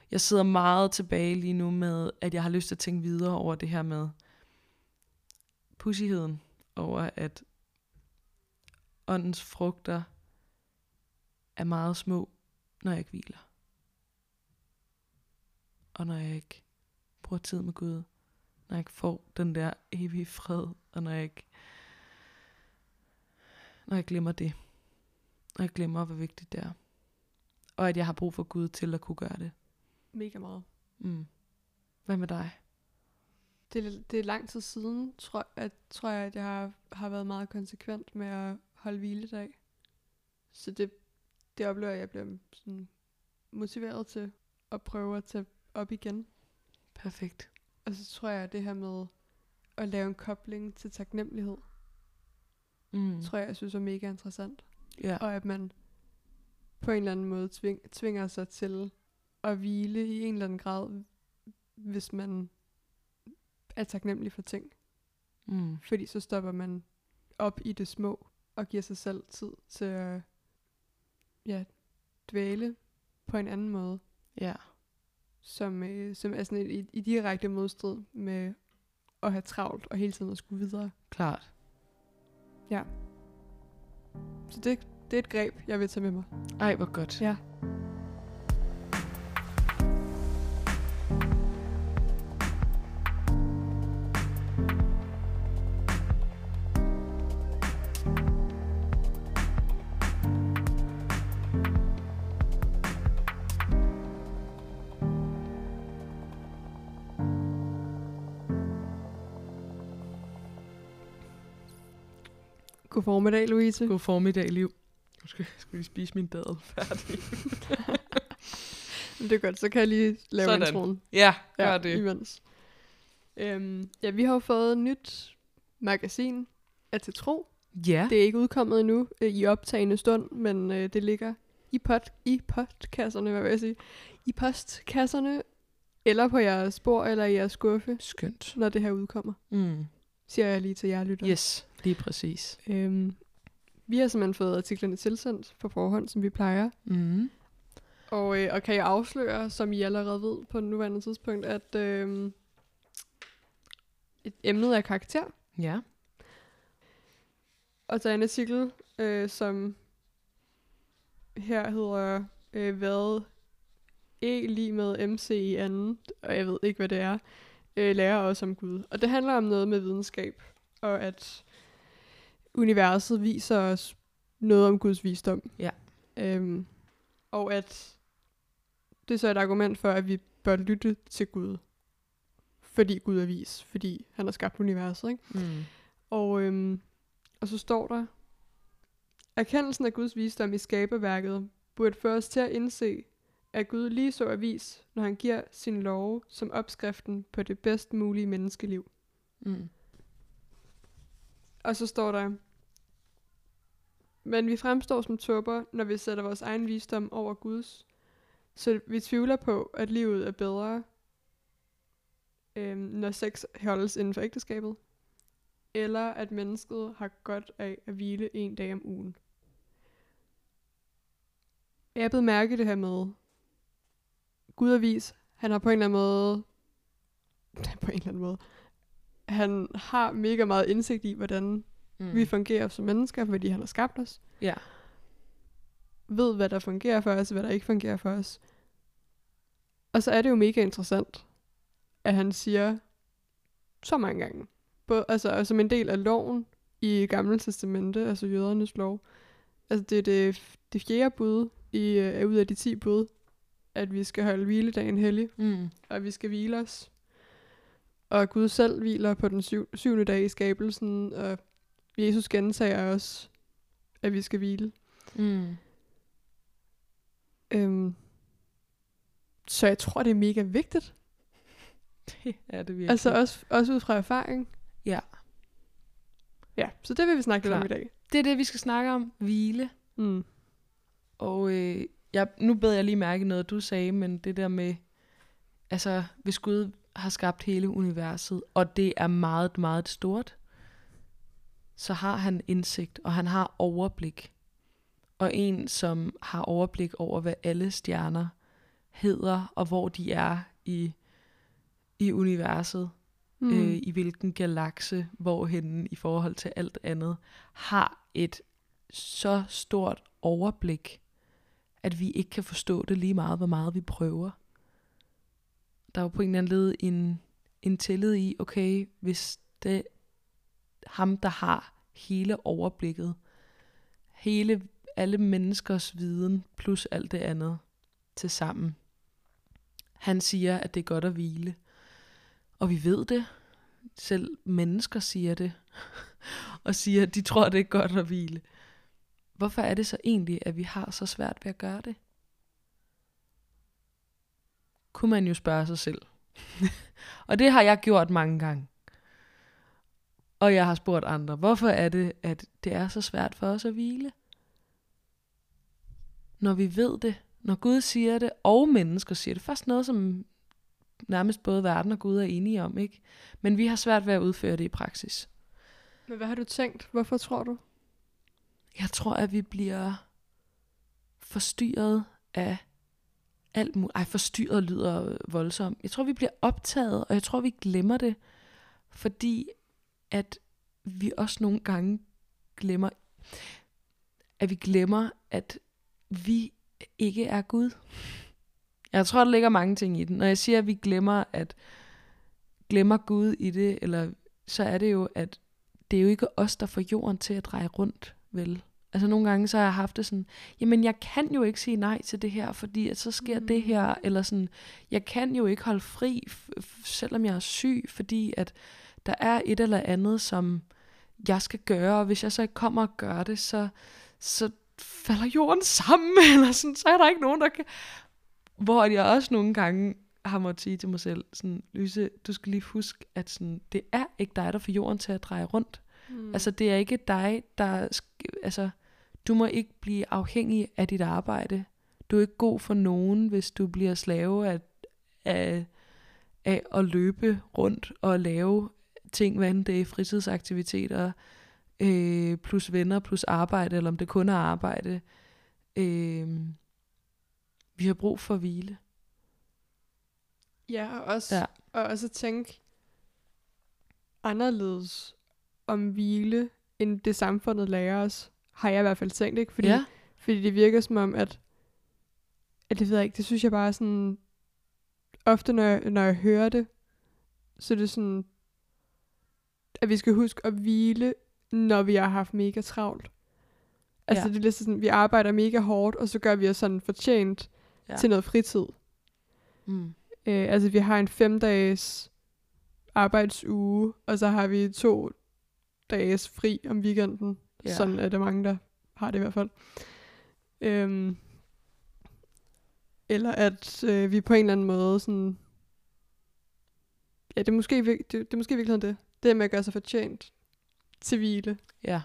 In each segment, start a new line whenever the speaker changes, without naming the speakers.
Jeg sidder meget tilbage lige nu med, at jeg har lyst til at tænke videre over det her med pussigheden, over at åndens frugter er meget små, når jeg ikke hviler. Og når jeg ikke bruger tid med Gud, når jeg ikke får den der evige fred, og når jeg glemmer det, og jeg glemmer, hvor vigtigt det er. Og at jeg har brug for Gud til at kunne gøre det.
Mega meget.
Hvad med dig?
Det er lang tid siden, tror jeg, at jeg har været meget konsekvent med at holde hviledag. Så det oplever jeg, at jeg bliver sådan motiveret til at prøve at tage op igen.
Perfekt.
Og så tror jeg, at det her med at lave en kobling til taknemmelighed, tror jeg synes er mega interessant.
Ja.
Og at man på en eller anden måde tvinger sig til at hvile i en eller anden grad, hvis man er taknemmelig for ting. Fordi så stopper man op i det små og giver sig selv tid til at dvæle på en anden måde.
Ja.
Som er sådan i direkte modstrid med at have travlt og hele tiden at skulle videre.
Klart.
Ja. Så det er et greb, jeg vil tage med mig.
Ej, hvor godt.
Ja. God formiddag, Louise.
God formiddag, Liv. Nu skal jeg spise min dadel færdig.
Det er godt, så kan jeg lige lave
Sådan.
introen.
Ja, gør det.
Imens. Vi har jo fået et nyt magasin af Til Tro.
Ja.
Det er ikke udkommet endnu i optagende stund, men det ligger i postkasserne, hvad vil jeg sige? I postkasserne, eller på jeres bord, eller i jeres skuffe.
Skønt.
Når det her udkommer. Siger jeg lige til jer lytter.
Yes, lige præcis.
Vi har simpelthen fået artiklerne tilsendt på forhånd, som vi plejer. Og kan jeg afsløre, som I allerede ved på den nuværende tidspunkt, at et emnet er karakter.
Ja.
Og så en artikel, som her hedder hvad E lige med MC i anden, og jeg ved ikke, hvad det er, lærer os om Gud. Og det handler om noget med videnskab, og at universet viser os noget om Guds visdom.
Ja.
Og at det er så et argument for, at vi bør lytte til Gud. Fordi Gud er vis. Fordi han har skabt universet, ikke? Og så står der: erkendelsen af Guds visdom i skaberværket burde få os til at indse, at Gud lige så er vis, når han giver sin love som opskriften på det bedst mulige menneskeliv. Og så står der: men vi fremstår som tåber, når vi sætter vores egen visdom over Guds, så vi tvivler på, at livet er bedre, når sex holdes inden for ægteskabet, eller at mennesket har godt af at hvile en dag om ugen. Jeg er blevet mærke det her med Gud er vis. Han har på en eller anden måde, han har mega meget indsigt i, hvordan vi fungerer som mennesker, fordi han har skabt os.
Ja.
Ved, hvad der fungerer for os, og hvad der ikke fungerer for os. Og så er det jo mega interessant, at han siger så mange gange, og som en del af loven i Gamle Testamente, altså jødernes lov. Altså det er det 4. bud ud af de 10 bud, at vi skal holde hviledagen hellig, og at vi skal hvile os. Og Gud selv hviler på den 7. dag i skabelsen, og Jesus gentager os, at vi skal hvile. Så jeg tror, det er mega vigtigt.
Det er det virkelig.
Altså også ud fra erfaring.
Ja.
Ja, så det vil vi snakke lidt om i dag.
Det er det, vi skal snakke om. Hvile. Og nu bed jeg lige mærke noget, du sagde, men det der med, altså hvis Gud har skabt hele universet, og det er meget, meget stort, så har han indsigt, og han har overblik. Og en, som har overblik over, hvad alle stjerner hedder, og hvor de er i universet, i hvilken galakse, hvorhenne i forhold til alt andet, har et så stort overblik, at vi ikke kan forstå det lige meget, hvor meget vi prøver. Der er jo på en eller anden led en tillid i, okay, hvis det ham, der har hele overblikket, alle menneskers viden, plus alt det andet til sammen. Han siger, at det er godt at hvile. Og vi ved det. Selv mennesker siger det. Og siger, at de tror, det er godt at hvile. Hvorfor er det så egentlig, at vi har så svært ved at gøre det? Kunne man jo spørge sig selv. Og det har jeg gjort mange gange. Og jeg har spurgt andre, hvorfor er det, at det er så svært for os at hvile? Når vi ved det, når Gud siger det, og mennesker siger det, først noget, som nærmest både verden og Gud er enige om, ikke? Men vi har svært ved at udføre det i praksis.
Men hvad har du tænkt? Hvorfor tror du?
Jeg tror, at vi bliver forstyrret af alt muligt. Ej, forstyrret lyder voldsomt. Jeg tror, vi bliver optaget, og jeg tror, vi glemmer det, fordi at vi også nogle gange glemmer, at vi ikke er Gud. Jeg tror, der ligger mange ting i den. Når jeg siger, at vi glemmer Gud i det, eller så er det jo, at det er jo ikke os, der får jorden til at dreje rundt, vel? Altså nogle gange, så har jeg haft det sådan, jamen jeg kan jo ikke sige nej til det her, fordi at så sker det her, eller sådan, jeg kan jo ikke holde fri, selvom jeg er syg, fordi at der er et eller andet, som jeg skal gøre, og hvis jeg så ikke kommer og gør det, så falder jorden sammen, eller sådan, så er der ikke nogen, der kan. Hvor jeg også nogle gange har måttet sige til mig selv, sådan, Lyse, du skal lige huske, at sådan, det er ikke dig, der får jorden til at dreje rundt. Altså det er ikke dig, altså du må ikke blive afhængig af dit arbejde. Du er ikke god for nogen, hvis du bliver slave af at løbe rundt og lave ting, hvad enten det er fritidsaktiviteter, plus venner, plus arbejde, eller om det kun er arbejde. Vi har brug for at hvile.
Ja, og også tænke anderledes om hvile, end det samfundet lærer os, har jeg i hvert fald tænkt, ikke? Fordi det virker som om, at det ved jeg ikke, det synes jeg bare sådan, ofte når jeg hører det, så er det sådan, at vi skal huske at hvile, når vi har haft mega travlt. Altså det er lidt sådan, vi arbejder mega hårdt, og så gør vi os sådan fortjent til noget fritid. Altså vi har en 5-dages arbejdsuge, og så har vi 2 dages fri om weekenden. Sådan er det mange, der har det i hvert fald. Eller at vi på en eller anden måde sådan, ja, det er måske virkelig det. Det med at gøre sig fortjent til hvile.
Ja.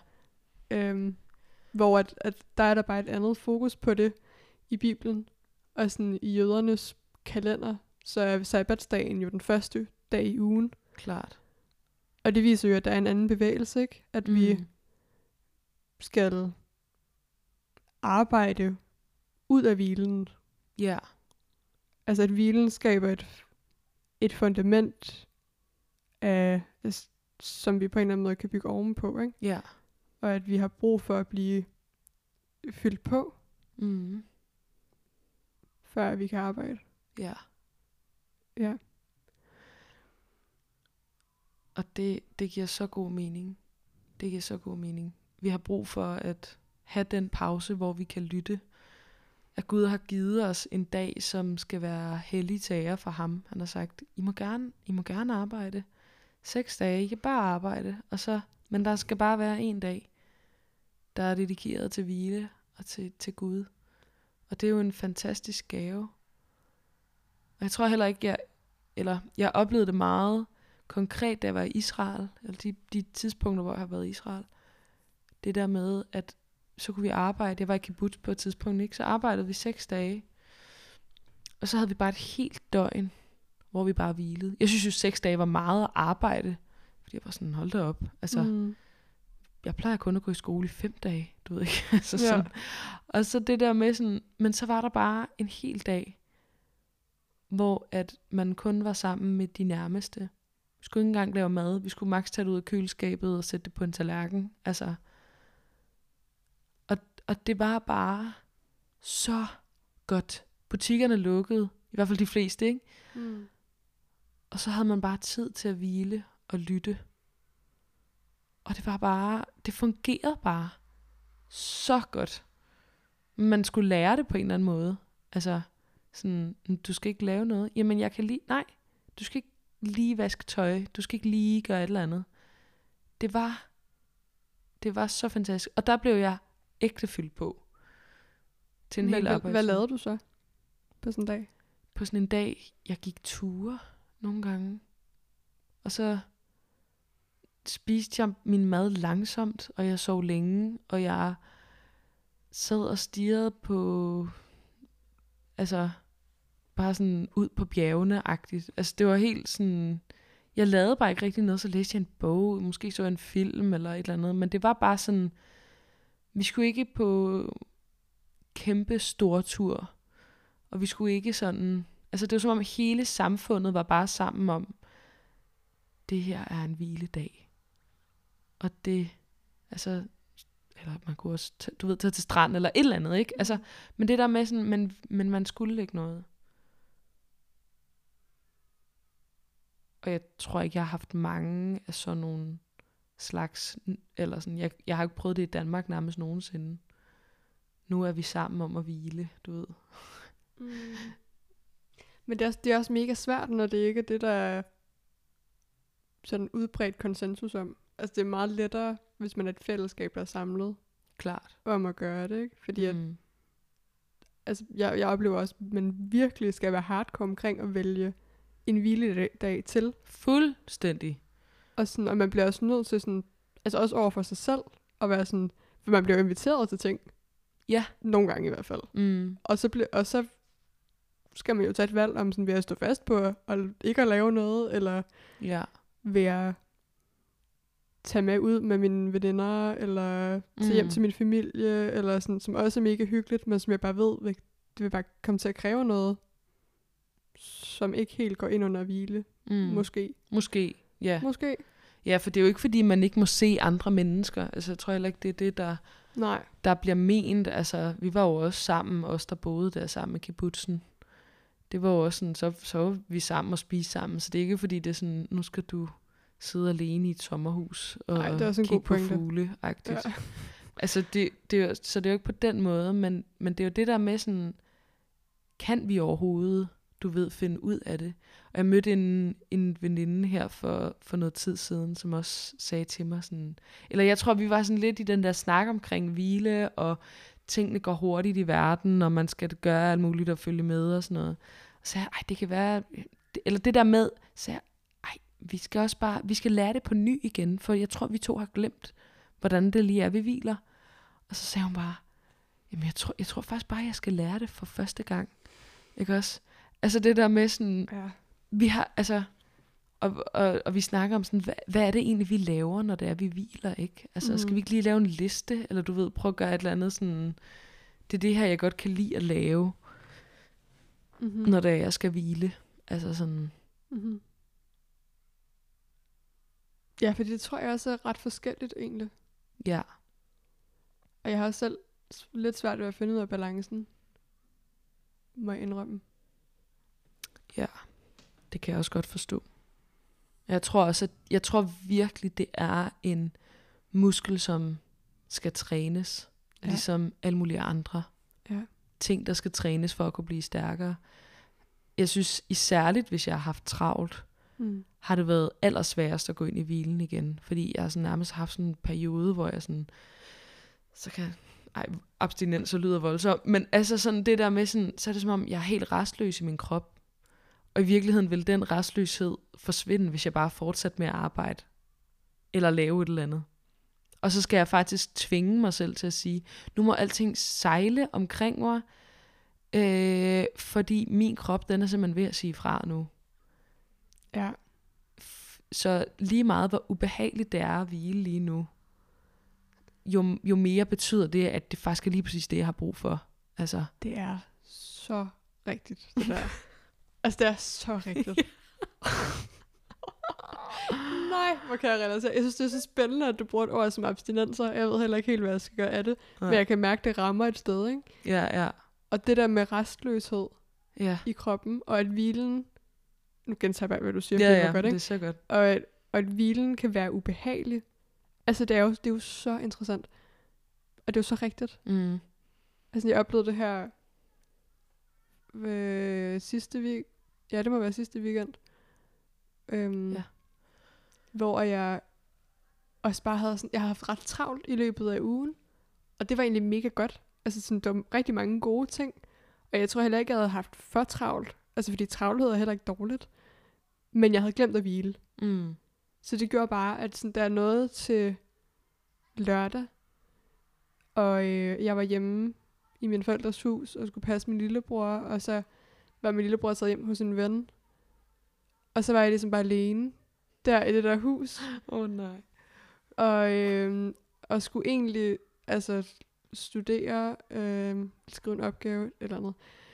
Hvor at der er der bare et andet fokus på det i Bibelen. Og sådan i jødernes kalender, så er sabbatsdagen jo den første dag i ugen.
Klart.
Og det viser jo, at der er en anden bevægelse, ikke? At vi skal arbejde ud af hvilen.
Ja.
Altså at hvilen skaber et fundament af, som vi på en eller anden måde kan bygge ovenpå, ikke?
Ja.
Og at vi har brug for at blive fyldt på, før vi kan arbejde.
Ja.
Ja.
Og det giver så god mening. Det giver så god mening. Vi har brug for at have den pause, hvor vi kan lytte. At Gud har givet os en dag, som skal være hellig til ære for ham. Han har sagt, I må gerne arbejde. 6 dage, I kan bare arbejde. Men der skal bare være en dag, der er dedikeret til hvile og til Gud. Og det er jo en fantastisk gave. Og jeg tror heller ikke, jeg oplevede det meget konkret, da jeg var i Israel, eller de tidspunkter, hvor jeg har været i Israel. Det der med, at så kunne vi arbejde. Jeg var i kibbutz på et tidspunkt, ikke? Så arbejdede vi 6 dage. Og så havde vi bare et helt døgn, hvor vi bare hvilede. Jeg synes jo, 6 dage var meget at arbejde. Fordi jeg var sådan, hold da op. Altså, jeg plejer kun at gå i skole i 5 dage, du ved ikke. Altså, sådan. Og så det der med sådan, men så var der bare en hel dag, hvor at man kun var sammen med de nærmeste. Vi skulle ikke engang lave mad. Vi skulle maks tage det ud af køleskabet og sætte det på en tallerken. Altså. Og det var bare så godt. Butikkerne lukkede, i hvert fald de fleste, ikke?
Mm.
Og så havde man bare tid til at hvile og lytte. Og det var bare, det fungerede bare så godt. Man skulle lære det på en eller anden måde. Altså, sådan, du skal ikke lave noget. Jamen, jeg kan lige, nej, du skal ikke lige vaske tøj. Du skal ikke lige gøre et eller andet. Det var så fantastisk. Og der blev jeg ægte fyldt på. Til en hel arbejdsdag.
Hvad lavede du så på sådan en dag?
På sådan en dag, jeg gik ture nogle gange. Og så spiste jeg min mad langsomt, og jeg sov længe, og jeg sad og stirrede på, altså bare sådan ud på bjergene-agtigt. Altså det var helt sådan, jeg lavede bare ikke rigtig noget, så læste jeg en bog, måske så jeg en film eller et eller andet, men det var bare sådan, vi skulle ikke på kæmpe stortur, og vi skulle ikke sådan, altså det var som om hele samfundet var bare sammen om, det her er en hviledag. Og det, altså, eller man kunne også, tage til strand, eller et eller andet, ikke? Altså, men det der med sådan, men man skulle ikke noget. Og jeg tror ikke, jeg har haft mange af sådan nogle slags, eller sådan, jeg har ikke prøvet det i Danmark nærmest nogensinde. Nu er vi sammen om at hvile, du ved.
Mm. Men det er også mega svært, når det ikke er det, der er sådan udbredt konsensus om. Altså det er meget lettere, hvis man er et fællesskab, der er samlet.
Klart.
Om at gøre det, ikke? Fordi at, altså jeg oplever også, at man virkelig skal være hardcore omkring at vælge en hviledag til.
Fuldstændig.
Og man bliver også nødt til sådan, altså også over for sig selv, at være sådan, for man bliver inviteret til ting.
Ja.
Nogle gange i hvert fald.
Mm.
Og så skal man jo tage et valg om sådan, vil jeg stå fast på at ikke at lave noget, eller vil jeg tage med ud med mine veninder, eller tage hjem til min familie, eller sådan, som også er mega hyggeligt, men som jeg bare ved, det vil bare komme til at kræve noget, som ikke helt går ind under hvile. Måske,
ja.
Måske.
Ja, for det er jo ikke, fordi man ikke må se andre mennesker. Altså, jeg tror heller ikke, det er det, der bliver ment. Altså, vi var jo også sammen, os der boede der sammen med kibbutzen. Det var jo også sådan, så var vi sammen og spiste sammen. Så det er ikke, fordi det er sådan, nu skal du sidde alene i et sommerhus og kigge på fugle-agtigt. Ja. Altså, så det er jo ikke på den måde, men det er jo det der med sådan, kan vi overhovedet, du ved, finde ud af det? Og jeg mødte en veninde her for noget tid siden, som også sagde til mig sådan, eller jeg tror, vi var sådan lidt i den der snak omkring hvile, og tingene går hurtigt i verden, og man skal gøre alt muligt og følge med og sådan noget. Og så sagde jeg, det kan være, eller det der med, så jeg, vi skal lære det på ny igen, for jeg tror, vi to har glemt, hvordan det lige er, vi hviler. Og så sagde hun bare, jamen jeg tror faktisk bare, jeg skal lære det for første gang. Ikke også? Altså det der med sådan, vi har, altså, og vi snakker om sådan, hvad er det egentlig, vi laver, når det er, vi hviler, ikke? Altså, skal vi ikke lige lave en liste, eller du ved, prøve at gøre et eller andet sådan, det er det her, jeg godt kan lide at lave, når det er, jeg skal hvile. Altså sådan.
Mm-hmm. Ja, for det tror jeg også er ret forskelligt egentlig.
Ja.
Og jeg har også selv lidt svært ved at finde ud af balancen, må jeg indrømme.
Ja, det kan jeg også godt forstå. Jeg tror virkelig, det er en muskel, som skal trænes, ligesom alle mulige andre ting, der skal trænes for at kunne blive stærkere. Jeg synes isærligt, hvis jeg har haft travlt, har det været allersværest at gå ind i hvilen igen, fordi jeg har sådan nærmest haft sådan en periode, hvor jeg sådan, abstinens og lyder voldsomt, men altså sådan det der med sådan, så er det som om, jeg er helt restløs i min krop, og i virkeligheden vil den restløshed forsvinde, hvis jeg bare fortsætter med at arbejde, eller lave et eller andet. Og så skal jeg faktisk tvinge mig selv til at sige, nu må alting sejle omkring mig, fordi min krop, den er simpelthen ved at sige fra nu.
Ja.
Så lige meget, hvor ubehageligt det er at hvile lige nu, jo mere betyder det, at det faktisk er lige præcis det, jeg har brug for. Altså.
Det er så rigtigt, det der. Altså, det er så rigtigt. Nej, hvor kan jeg relatere. Jeg synes, det er så spændende, at du bruger et ord som abstinenser. Jeg ved heller ikke helt, hvad jeg skal gøre af det. Men jeg kan mærke, at det rammer et sted, ikke?
Ja.
Og det der med restløshed
i
kroppen, og at hvilen... Nu gentager jeg bare, hvad du siger,
ja,
det godt, ikke?
Det er så godt.
Og at hvilen kan være ubehagelig. Altså, det er jo så interessant. Og det er jo så rigtigt.
Mm.
Altså, jeg oplevede det her sidste weekend. Ja, det må være sidste weekend. Hvor jeg også bare havde sådan, jeg har haft ret travlt i løbet af ugen. Og det var egentlig mega godt. Altså, sådan, der var rigtig mange gode ting. Og jeg tror heller ikke, jeg havde haft for travlt. Altså, fordi travlhed er heller ikke dårligt. Men jeg havde glemt at hvile.
Mm.
Så det gjorde bare, at sådan, der er noget til lørdag. Og jeg var hjemme i min forældres hus og skulle passe min lillebror. Og så var min lillebror taget hjem hos en ven. Og så var jeg ligesom bare alene der i det der hus.
Nej.
Og skulle egentlig altså studere, skrive en opgave eller andet.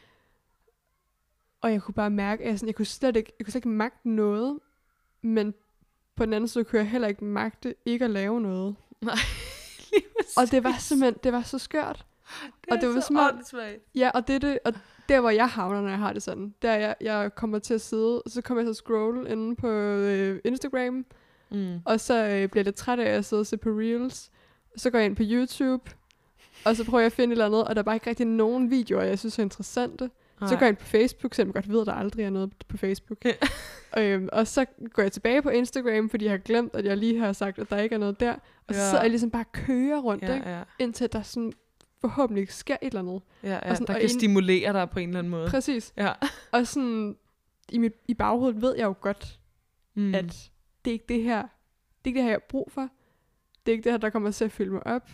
Og jeg kunne bare mærke, at jeg kunne slet ikke magte noget. Men på den anden side kunne jeg heller ikke magte ikke at lave noget.
Nej.
Og det var simpelthen, det var så skørt.
Det var så åndssvagt.
Ja, og der hvor jeg havner, når jeg har det sådan, der jeg kommer til at sidde, så kommer jeg til at scrolle inde på Instagram, og så bliver jeg lidt træt af at sidde og se på Reels, så går jeg ind på YouTube, og så prøver jeg at finde et eller andet, og der er bare ikke rigtig nogen videoer, jeg synes er interessante. Nej. Så går jeg ind på Facebook, selvom jeg godt ved, at der aldrig er noget på Facebook. Og så går jeg tilbage på Instagram, fordi jeg har glemt, at jeg lige har sagt, at der ikke er noget der. Og så sidder jeg ligesom bare og kører rundt, ikke? Indtil der sådan forhåbentlig sker et eller andet.
Ja,
og sådan,
der kan stimulere dig på en eller anden måde.
Præcis.
Ja.
Og sådan, i baghovedet ved jeg jo godt, at det er ikke det her, jeg har brug for. Det er ikke det her, der kommer til at fylde mig op.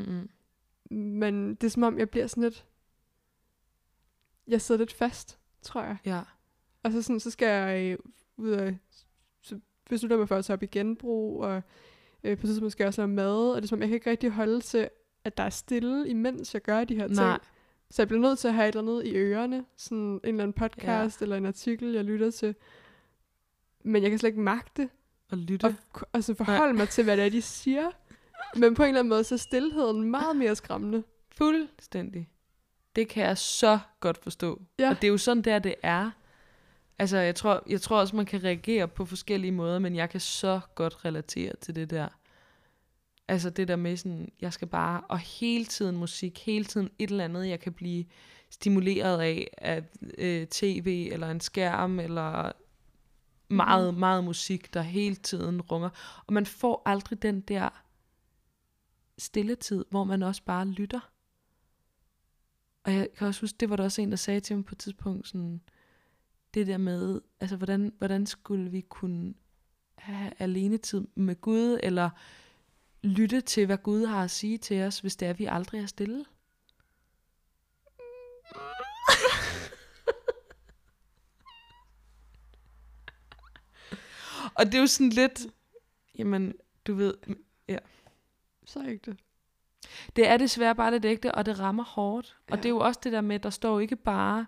Men det er som om, jeg bliver sådan lidt, jeg sidder lidt fast, tror jeg.
Ja.
Og så skal jeg ud og så beslutter mig for at tage op i genbrug, og på et tidspunkt skal jeg også lave mad, og det er som om, jeg kan ikke rigtig holde til, at der er stille, imens jeg gør de her ting.
Nej.
Så jeg bliver nødt til at have et eller andet i ørerne, sådan en eller anden podcast, eller en artikel, jeg lytter til. Men jeg kan slet ikke magte
at lytte.
Og så forholde mig til, hvad det er, de siger. Men på en eller anden måde, så er stilheden meget mere skræmmende.
Fuldstændig. Det kan jeg så godt forstå. Ja. Og det er jo sådan der, det er. Altså, jeg tror også, man kan reagere på forskellige måder, men jeg kan så godt relatere til det der. Altså det der med sådan, jeg skal bare, og hele tiden musik, hele tiden et eller andet, jeg kan blive stimuleret af tv, eller en skærm, eller meget musik, der hele tiden runger. Og man får aldrig den der stilletid, hvor man også bare lytter. Og jeg kan også huske, det var der også en, der sagde til mig på et tidspunkt, sådan, det der med, altså hvordan skulle vi kunne have alenetid med Gud, eller lytte til, hvad Gud har at sige til os, hvis det er, vi aldrig er stille? Og det er jo sådan lidt, jamen, du ved, ja.
Så ikke det.
Det er desværre bare lidt ægte, og det rammer hårdt. Ja. Og det er jo også det der med, der står ikke bare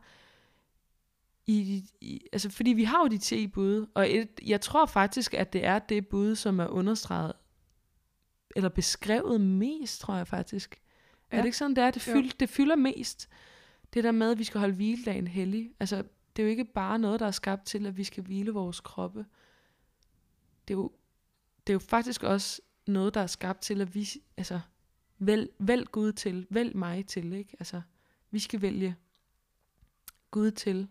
altså fordi vi har jo de 10 bud, og jeg tror faktisk, at det er det bud, som er understreget, eller beskrevet mest, tror jeg faktisk. Ja. Er det ikke sådan, det er? Det fylder mest. Det der med, at vi skal holde hviledagen hellig. Altså, det er jo ikke bare noget, der er skabt til, at vi skal hvile vores kroppe. Det er jo faktisk også noget, der er skabt til, at vi, altså, vælg Gud til, vælg mig til, ikke? Altså, vi skal vælge Gud til.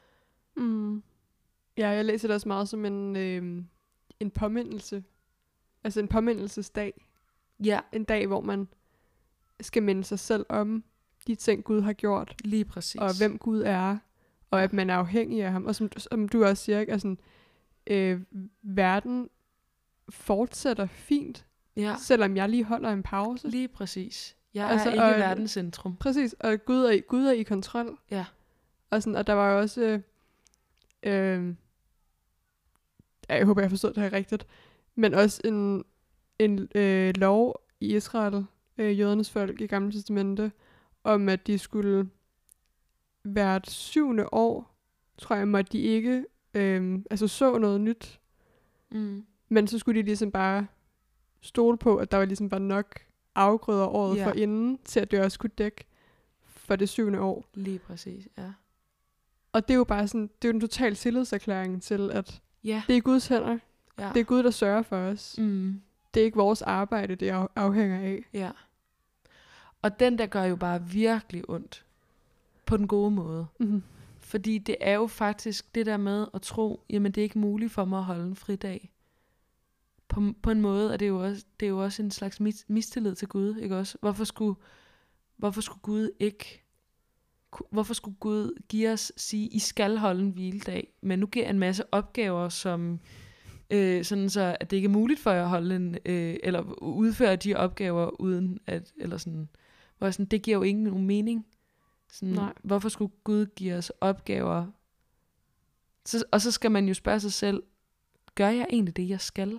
Ja, jeg læser det også meget som en påmindelse. Altså en påmindelsesdag.
Ja.
En dag, hvor man skal minde sig selv om de ting, Gud har gjort.
Lige præcis.
Og hvem Gud er. Og at man er afhængig af ham. Og som du også siger, ikke? Altså, verden fortsætter fint. Ja. Selvom jeg lige holder en pause.
Lige præcis. Jeg er ikke verdens centrum.
Præcis. Og Gud er i kontrol.
Ja.
Og der var jo også... jeg håber, jeg forstod det her rigtigt. Men også en lov i Israel, jødernes folk i Gamle Testamente, om at de skulle hvert 7. år tror jeg, måtte de ikke så noget nyt. Men så skulle de ligesom bare stole på, at der var ligesom bare nok afgrøder året for inden, til at det også kunne dække for det 7. år.
Lige præcis, ja.
Og det er jo bare sådan, det er jo en total tillidserklæring til, at det er Guds hænder. Ja. Det er Gud, der sørger for os. Det er ikke vores arbejde, det afhænger af.
Ja. Og den der gør jo bare virkelig ondt. På den gode måde. Fordi det er jo faktisk det der med at tro, jamen det er ikke muligt for mig at holde en fridag. På en måde er det er jo også en slags mistillid til Gud, ikke også? Hvorfor skulle Gud give os sige, I skal holde en hviledag, men nu giver jeg en masse opgaver, som sådan så, at det ikke er muligt for jer at holde eller udføre de opgaver uden at, eller sådan, hvor sådan, det giver jo ingen mening. Sådan, hvorfor skulle Gud give os opgaver? Og så skal man jo spørge sig selv, gør jeg egentlig det, jeg skal?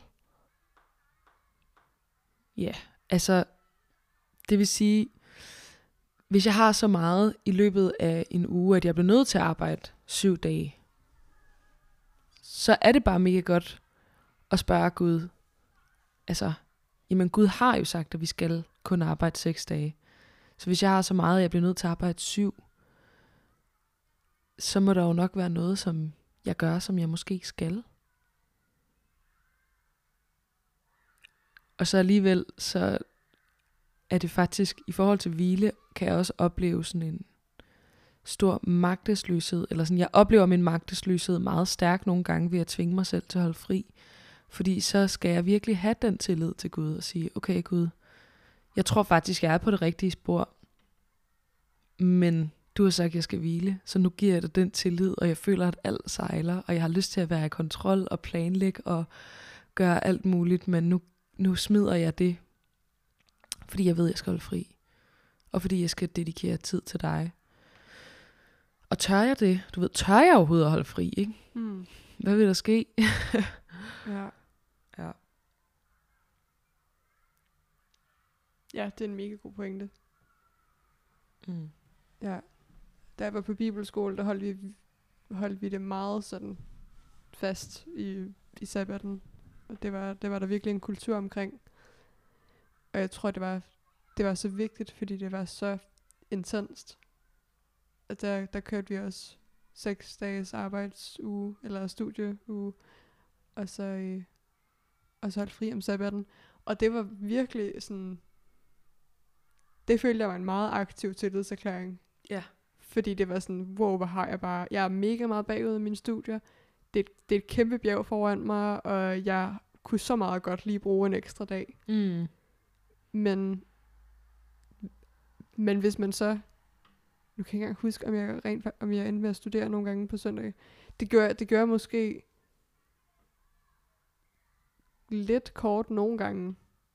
Ja, altså, det vil sige, hvis jeg har så meget i løbet af en uge, at jeg bliver nødt til at arbejde 7 dage, så er det bare mega godt at spørge Gud. Altså, jamen Gud har jo sagt, at vi skal kun arbejde 6 dage. Så hvis jeg har så meget, at jeg bliver nødt til at arbejde 7, så må der jo nok være noget, som jeg gør, som jeg måske ikke skal. Og så alligevel, så er det faktisk, i forhold til hvile, kan jeg også opleve sådan en stor magtesløshed, eller sådan, jeg oplever min magtesløshed meget stærk nogle gange, ved at tvinge mig selv til at holde fri. Fordi så skal jeg virkelig have den tillid til Gud, og sige, okay Gud, jeg tror faktisk, jeg er på det rigtige spor, men du har sagt, at jeg skal hvile, så nu giver jeg dig den tillid, og jeg føler, at alt sejler, og jeg har lyst til at være i kontrol, og planlægge, og gøre alt muligt, men nu smider jeg det, fordi jeg ved, at jeg skal holde fri, og fordi jeg skal dedikere tid til dig. Og tør jeg det? Du ved, tør jeg overhovedet at holde fri, ikke? Hvad vil der ske?
Ja. Ja, det er en mega god pointe. Ja. Da jeg var på bibelskole, der holdt vi det meget sådan fast i sabbaten. Og det var der virkelig en kultur omkring. Og jeg tror, det var så vigtigt, fordi det var så intenst. At der kørte vi også 6 dages arbejdsuge, eller studieuge, og så holdt fri om sabbaten. Og det var virkelig sådan, det følte jeg var en meget aktiv tillidserklæring.
Ja.
Fordi det var sådan, wow, hvor har jeg er mega meget bagud i mine studier. Det er et kæmpe bjerg foran mig, og jeg kunne så meget godt lige bruge en ekstra dag. Men hvis man så, nu kan jeg ikke engang huske, om jeg endte med at studere nogle gange på søndag. Det gør jeg måske lidt kort nogle gange.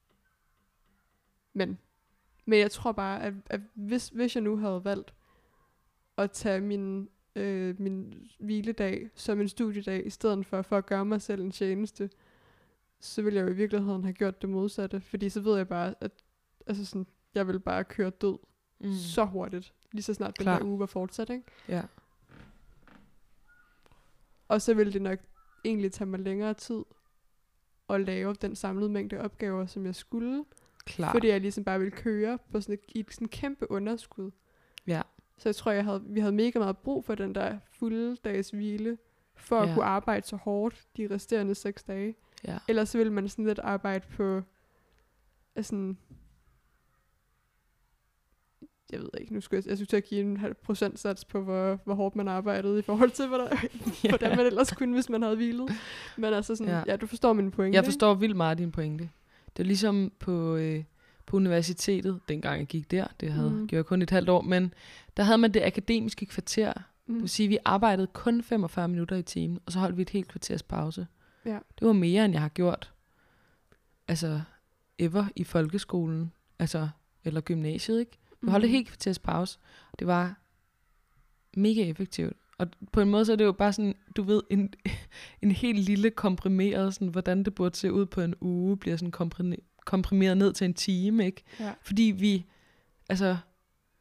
Men jeg tror bare, at hvis jeg nu havde valgt at tage min hviledag som en studiedag, i stedet for at gøre mig selv en tjeneste, så ville jeg jo i virkeligheden have gjort det modsatte. Fordi så ved jeg bare, at altså sådan, jeg vil bare køre død så hurtigt, lige så snart den der uge var fortsat, ikke?
Ja.
Og så ville det nok egentlig tage mig længere tid at lave den samlede mængde opgaver, som jeg skulle.
Klar.
Fordi jeg ligesom bare ville køre på sådan et kæmpe underskud.
Ja.
Så jeg tror, vi havde mega meget brug for den der fulde dags hvile, for at kunne arbejde så hårdt de resterende 6 dage.
Ja.
Ellers så ville man sådan lidt arbejde på, sådan, jeg ved ikke, nu skulle jeg skulle til at give en 90% på, hvor hårdt man arbejdede, i forhold til, hvordan man ellers kunne, hvis man havde hvilet. Men altså sådan, du forstår min pointe.
Jeg forstår vildt meget din pointe. Det er ligesom på universitetet, dengang jeg gik der, det gjorde jeg kun et halvt år, men der havde man det akademiske kvarter. Det vil sige, at vi arbejdede kun 45 minutter i timen, og så holdt vi et helt kvarters pause.
Ja.
Det var mere, end jeg har gjort, altså ever i folkeskolen, altså, eller gymnasiet, ikke? Vi holdt et helt kvarters pause, og det var mega effektivt. Og på en måde, så er det jo bare sådan, du ved, en helt lille komprimeret, sådan, hvordan det burde se ud på en uge, bliver sådan komprimeret ned til en time, ikke?
Ja.
Fordi vi, altså,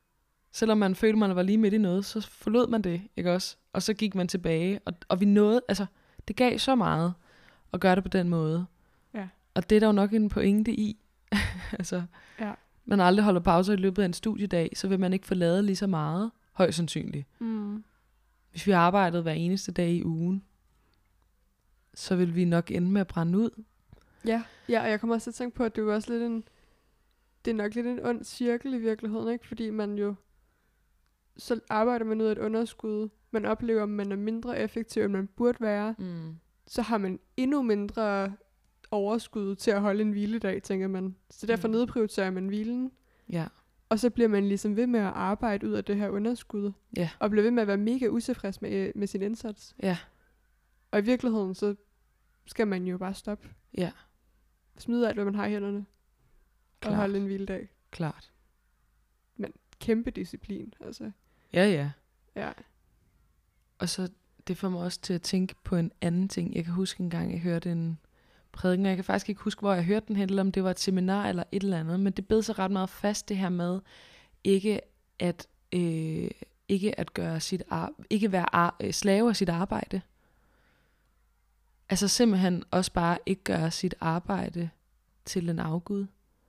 Selvom man følte, man var lige midt i noget, så forlod man det, ikke også? Og så gik man tilbage, og vi nåede, altså, det gav så meget at gøre det på den måde.
Ja.
Og det er der jo nok en pointe i. Altså,
Ja.
man aldrig holder pauser i løbet af en studiedag, så vil man ikke få lavet lige så meget, højst sandsynligt.
Mm.
Hvis vi arbejdede hver eneste dag i ugen, så vil vi nok ende med at brænde ud.
Ja, og jeg kommer også til at tænke på, at det er jo også lidt det er nok lidt en ond cirkel i virkeligheden, ikke? Fordi man jo, så arbejder man ud af et underskud, man oplever, at man er mindre effektiv, end man burde være, så har man endnu mindre overskud til at holde en hviledag, tænker man. Så derfor nedprioriterer man hvilen.
Ja.
Og så bliver man ligesom ved med at arbejde ud af det her underskud.
Ja.
Og bliver ved med at være mega utilfreds med sin indsats.
Ja.
Og i virkeligheden, så skal man jo bare stoppe.
Ja.
Smide alt, hvad man har i hænderne.
Klart.
Og holde en hviledag.
Klart.
Men kæmpe disciplin, altså.
Ja.
Ja.
Og så, det får mig også til at tænke på en anden ting. Jeg kan huske en gang, jeg hørte en prædiken, jeg kan faktisk ikke huske, hvor jeg hørte den hen, eller om det var et seminar eller et eller andet, men det bed sig ret meget fast, det her med, ikke at gøre sit ikke være slave af sit arbejde. Altså simpelthen også bare ikke gøre sit arbejde til en afgud.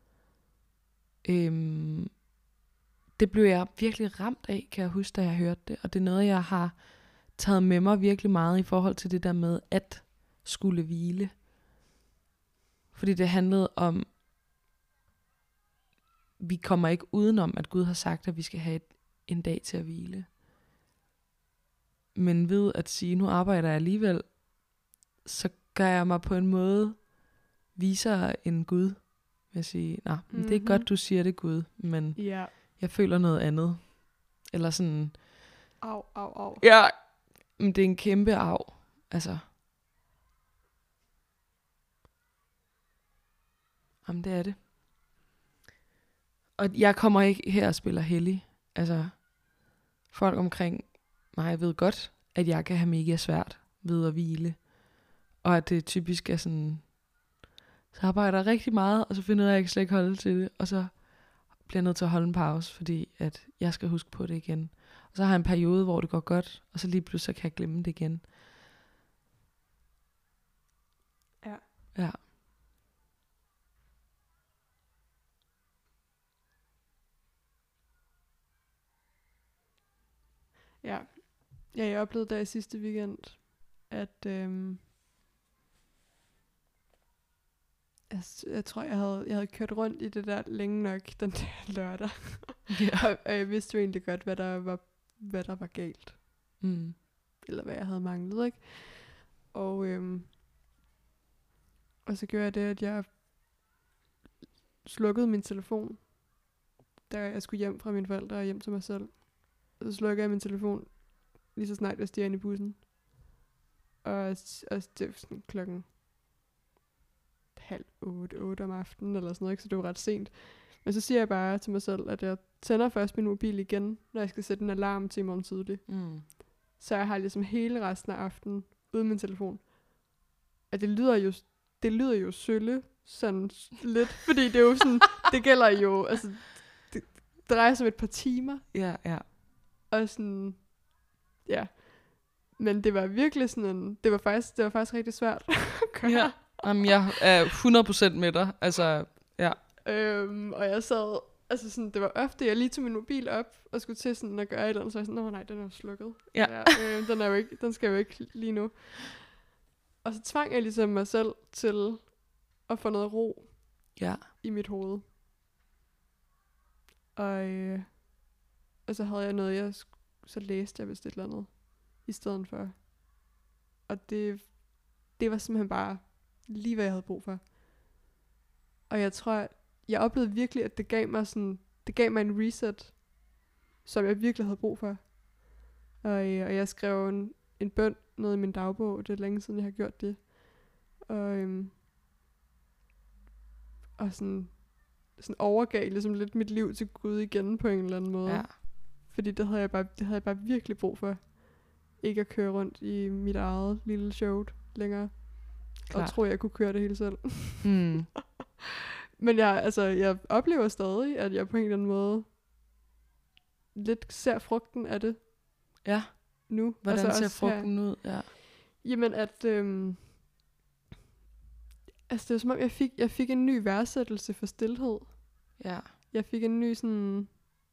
Det blev jeg virkelig ramt af, kan jeg huske, da jeg hørte det. Og det er noget, jeg har taget med mig virkelig meget i forhold til det der med at skulle hvile. Fordi det handlede om, vi kommer ikke udenom, at Gud har sagt, at vi skal have en dag til at hvile. Men ved at sige, nu arbejder jeg alligevel, så gør jeg mig på en måde visere end Gud. Jeg siger, nej, det er ikke godt, du siger det, Gud, men jeg føler noget andet. Eller sådan,
Au.
ja, men det er en kæmpe arv. Altså, jamen det er det. Og jeg kommer ikke her og spiller hellig. Altså, folk omkring mig ved godt, at jeg kan have mega svært ved at hvile. Og at det typisk er sådan, så arbejder jeg rigtig meget, og så finder jeg ikke slet ikke holde til det. Og så bliver jeg nødt til at holde en pause, fordi at jeg skal huske på det igen. Og så har jeg en periode, hvor det går godt, og så lige pludselig kan jeg glemme det igen. Ja.
Ja, jeg oplevede der i sidste weekend, at jeg tror, jeg havde kørt rundt i det der længe nok den der lørdag.
Yeah.
Og jeg vidste jo egentlig godt, hvad der var galt. Eller hvad jeg havde manglet, ikke? Og så gjorde jeg det, at jeg slukkede min telefon, da jeg skulle hjem fra mine forældre og hjem til mig selv. Og så slukkede jeg min telefon, lige så snart jeg steg ind i bussen. Og det var sådan klokken 7:30 om aftenen, eller sådan noget, ikke? Så det var ret sent. Men så siger jeg bare til mig selv, at jeg tænder først min mobil igen, når jeg skal sætte en alarm til i morgen tidlig. Så jeg har ligesom hele resten af aftenen uden min telefon. Og det lyder jo sølle, sådan lidt, fordi det er jo sådan, det gælder jo, altså, det drejer sig om et par timer.
Ja.
Og sådan, ja. Men det var virkelig sådan det var faktisk rigtig svært at gøre.
Ja. Jamen, jeg er 100% med dig. Altså, ja.
Og jeg sad, altså sådan, det var ofte, jeg lige tog min mobil op, og skulle til sådan at gøre et eller andet, så jeg sådan, nej, den er jo slukket.
Ja.
Den skal jo ikke lige nu. Og så tvang jeg ligesom mig selv til at få noget ro i mit hoved. Og så havde jeg noget, så læste jeg vist et eller andet i stedet for. Og det var simpelthen bare lige, hvad jeg havde brug for. Og jeg tror, jeg oplevede virkelig, at det gav mig en reset, som jeg virkelig havde brug for. Og jeg skrev en bøn ned i min dagbog. Det er længe siden, jeg har gjort det. Og sådan overgav ligesom lidt mit liv til Gud igen på en eller anden måde.
Ja.
Fordi det havde jeg bare virkelig brug for. Ikke at køre rundt i mit eget lille show længere. Klart. Og tro, jeg kunne køre det hele selv. Men jeg oplever stadig, at jeg på en eller anden måde lidt ser frugten af det
Ja,
nu.
hvordan
altså
ser
også
frugten ud? Ja.
Jamen, at... altså, det er som om, jeg fik en ny værdsættelse for stilhed.
Ja.
Jeg fik en ny sådan...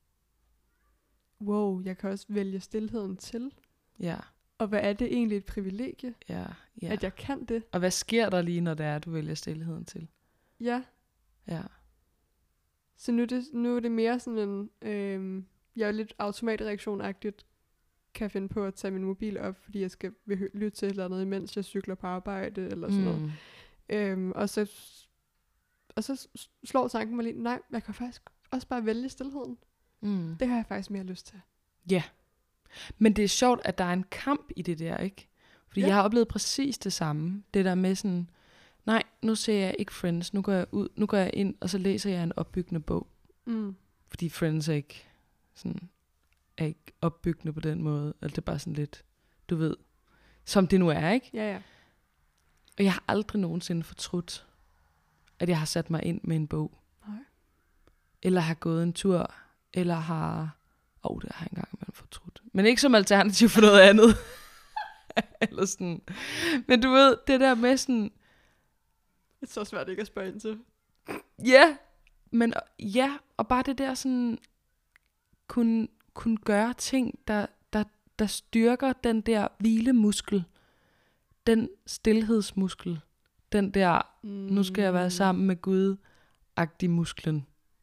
Wow, jeg kan også vælge stilheden til.
Ja.
Og hvad er det egentlig et privilegie,
Ja.
at jeg kan det?
Og hvad sker der lige, når det er, du vælger stillheden til?
Ja.
Ja.
Så nu er det mere sådan en... jeg er lidt automatreaktionagtigt kan finde på at tage min mobil op, fordi jeg skal lytte til et eller andet, imens jeg cykler på arbejde, eller sådan noget. Og så slår tanken mig lige, nej, jeg kan faktisk også bare vælge stilheden. Det har jeg faktisk mere lyst til.
Ja. Men det er sjovt, at der er en kamp i det der, ikke? Fordi jeg har oplevet præcis det samme. Det der med sådan, nej, nu ser jeg ikke Friends, nu går jeg ind, og så læser jeg en opbyggende bog. Fordi Friends er ikke opbyggende på den måde. Altså det er bare sådan lidt, du ved, som det nu er, ikke?
Ja.
Og jeg har aldrig nogensinde fortrudt, at jeg har sat mig ind med en bog.
Nej.
Eller har gået en tur, eller har... det har jeg engang imellem fortrudt. Men ikke som alternativ for noget andet. Eller sådan. Men du ved, det der med sådan...
Det er så svært ikke at spørge ind til.
Ja, men ja, og bare det der sådan... Kunne gøre ting, der styrker den der hvilemuskel. Den stilhedsmuskel. Den der, nu skal jeg være sammen med Gud-agtig musklen.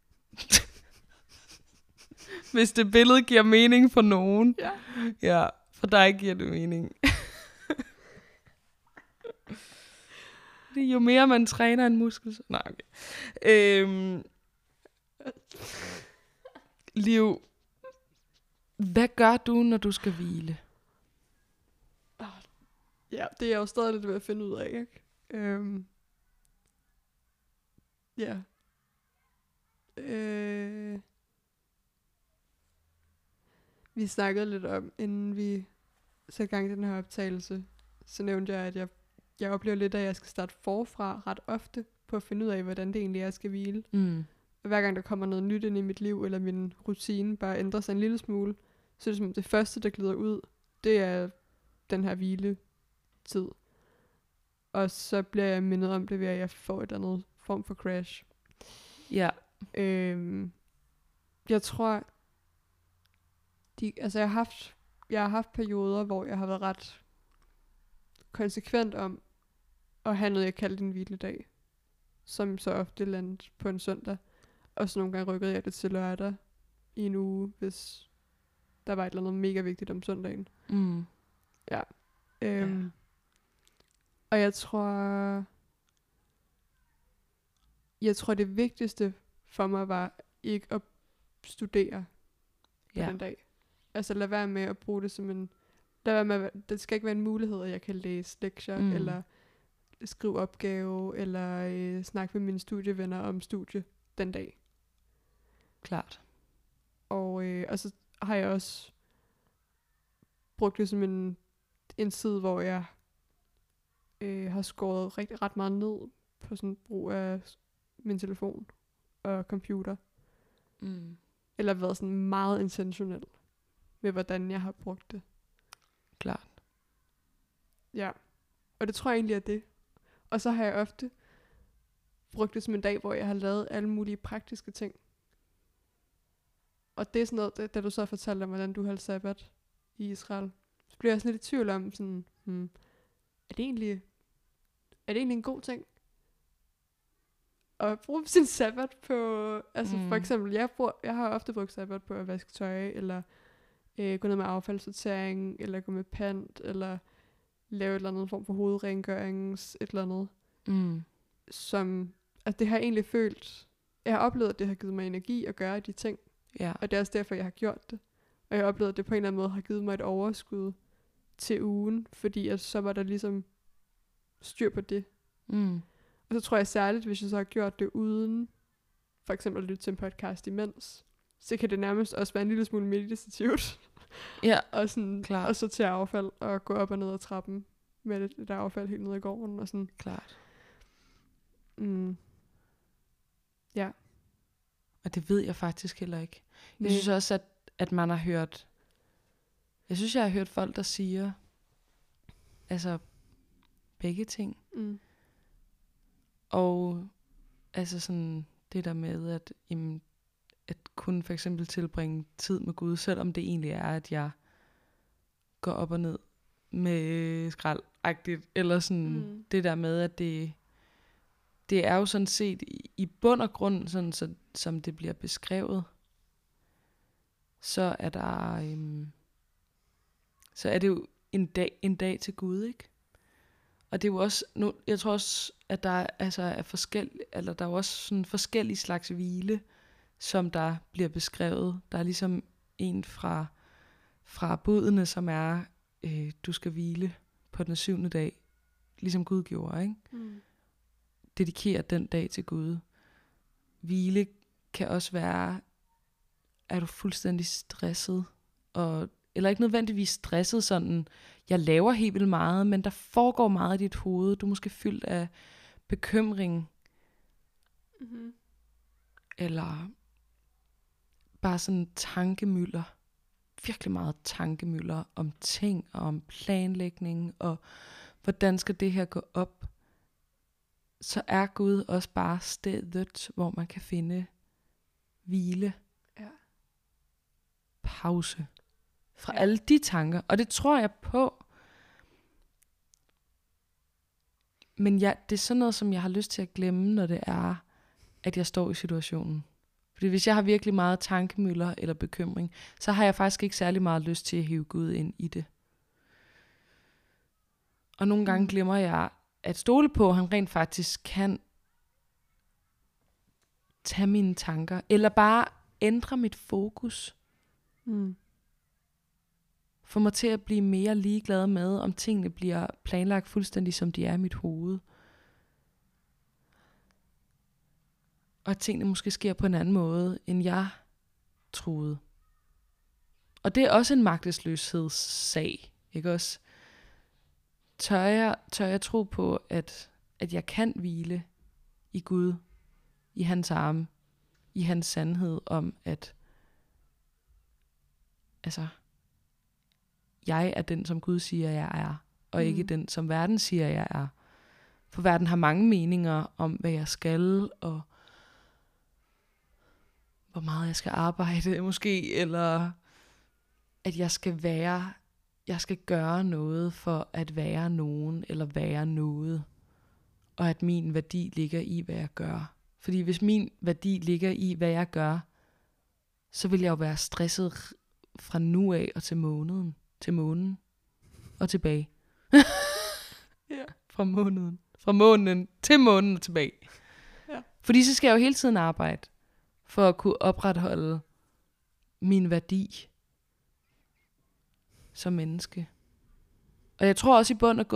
Hvis det billede giver mening for nogen.
Ja.
Ja, for dig giver det mening. Det er jo mere man træner en muskel. Så... Nej, okay. Liv, hvad gør du, når du skal hvile?
Ja, det er jeg jo stadig lidt ved at finde ud af, ikke? Ja. Vi snakkede lidt om, inden vi satte gang i den her optagelse, så nævnte jeg, at jeg oplever lidt, at jeg skal starte forfra ret ofte, på at finde ud af, hvordan det egentlig er, jeg skal hvile. Og hver gang der kommer noget nyt ind i mit liv, eller min rutine bare ændrer sig en lille smule, så er det som det første, der glider ud, det er den her hviletid. Og så bliver jeg mindet om det ved, at jeg får et eller andet form for crash.
Ja.
Jeg tror, jeg har haft perioder, hvor jeg har været ret konsekvent om at have noget, jeg kaldte en hviledag, som så ofte landede på en søndag. Og så nogle gange rykkede jeg det til lørdag i en uge, hvis der var et eller andet mega vigtigt om søndagen. Ja. Og jeg tror det vigtigste for mig var ikke at studere på den dag. Altså lad være med at bruge det som det skal ikke være en mulighed, at jeg kan læse lektier, eller skrive opgave, eller snakke med mine studievenner om studie den dag.
Klart.
Og så har jeg også brugt det som en tid, hvor jeg har skåret ret meget ned på sådan brug af min telefon og computer. Eller været sådan meget intentionel med, hvordan jeg har brugt det.
Klart.
Ja. Og det tror jeg egentlig er det. Og så har jeg ofte brugt det som en dag, hvor jeg har lavet alle mulige praktiske ting. Og det er sådan noget, da du så fortalte om, hvordan du holdt sabbat i Israel, så bliver jeg sådan lidt i tvivl om, sådan, er det egentlig en god ting? At bruge sin sabbat på, altså for eksempel, jeg har ofte brugt sabbat på at vaske tøj, eller gå ned med affaldssortering, eller gå med pant, eller lave et eller andet form for hovedrengøring, et eller andet. Som, altså det har jeg egentlig følt, jeg har oplevet, at det har givet mig energi at gøre de ting.
Ja.
Og det er også derfor, jeg har gjort det. Og jeg har oplevet, at det på en eller anden måde har givet mig et overskud til ugen, fordi at så var der ligesom styr på det. Og så tror jeg særligt, hvis jeg så har gjort det uden for eksempel at lytte til en podcast imens, så kan det nærmest også være en lille smule meditativt.
Ja,
og sådan,
klart.
og så til affald og gå op og ned ad trappen med det der affald helt ned i gården og sådan.
Klart.
Ja.
Og det ved jeg faktisk heller ikke. Jeg synes også, at man har hørt, jeg synes, jeg har hørt folk, der siger, altså begge ting. Og altså sådan det der med, at, jamen, at kunne for eksempel tilbringe tid med Gud, selvom det egentlig er, at jeg går op og ned med skrald-agtigt, eller sådan det der med, at det er jo sådan set i bund og grund, sådan, så, som det bliver beskrevet, så er der, så er det jo en dag til Gud, ikke? Og det er jo også, nu, jeg tror også, at der altså er der er jo også sådan forskellige slags hvile, som der bliver beskrevet. Der er ligesom en fra budene, som er, du skal hvile på den 7. dag, ligesom Gud gjorde, ikke? Dedikere den dag til Gud. Hvile kan også være, er du fuldstændig stresset, eller ikke nødvendigvis stresset sådan, jeg laver helt vildt meget, men der foregår meget i dit hoved. Du er måske fyldt af bekymring, eller bare sådan tankemylder, virkelig meget tankemylder om ting, og om planlægning, og hvordan skal det her gå op, så er Gud også bare stedet, hvor man kan finde hvile, pause, fra alle de tanker, og det tror jeg på. Men det er sådan noget, som jeg har lyst til at glemme, når det er, at jeg står i situationen. Fordi hvis jeg har virkelig meget tankemylder eller bekymring, så har jeg faktisk ikke særlig meget lyst til at hive Gud ind i det. Og nogle gange glemmer jeg at stole på, at han rent faktisk kan tage mine tanker, eller bare ændre mit fokus. Få mig til at blive mere ligeglad med, om tingene bliver planlagt fuldstændig, som de er i mit hoved. Og at tingene måske sker på en anden måde, end jeg troede. Og det er også en magtesløshedssag, ikke også? Tør jeg tro på, at jeg kan hvile i Gud, i hans arme, i hans sandhed om, at altså, jeg er den, som Gud siger, jeg er, og ikke den, som verden siger, jeg er. For verden har mange meninger om, hvad jeg skal, og hvor meget jeg skal arbejde, måske, eller at jeg skal gøre noget for at være nogen, eller være noget, og at min værdi ligger i, hvad jeg gør. Fordi hvis min værdi ligger i, hvad jeg gør, så vil jeg jo være stresset fra nu af og til månen og tilbage. Fra månen til månen og tilbage. Fordi så skal jeg jo hele tiden arbejde for at kunne opretholde min værdi som menneske. Og jeg tror også i bund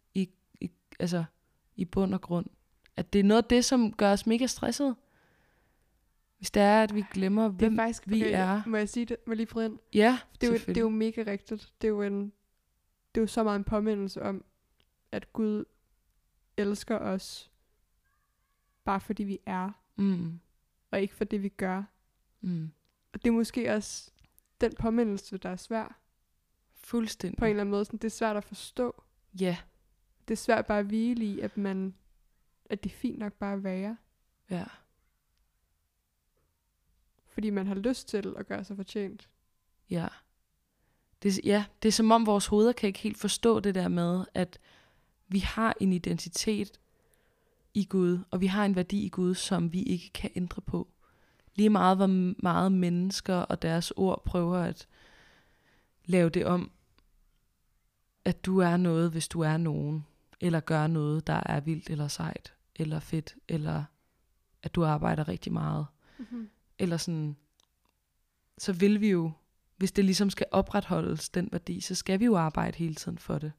og grund, at det er noget af det, som gør os mega stresset. Hvis det er, at vi glemmer, hvem faktisk, vi er.
Må jeg sige det? Må jeg lige få ind?
Ja,
det er jo mega rigtigt. Det er jo så meget en påmindelse om, at Gud elsker os, bare fordi vi er, og ikke for det, vi gør. Og det er måske også den påmindelse, der er svær.
Fuldstændig.
På en eller anden måde. Sådan, det er svært at forstå.
Ja.
Det er svært bare at hvile i, at det er fint nok bare at være.
Ja.
Fordi man har lyst til at gøre sig fortjent.
Ja. Det er som om vores hoveder kan ikke helt forstå det der med, at vi har en identitet i Gud, og vi har en værdi i Gud, som vi ikke kan ændre på. Lige meget, hvor meget mennesker og deres ord prøver at lave det om, at du er noget, hvis du er nogen, eller gør noget, der er vildt eller sejt, eller fedt, eller at du arbejder rigtig meget. Eller sådan, så vil vi jo, hvis det ligesom skal opretholdes, den værdi, så skal vi jo arbejde hele tiden for det.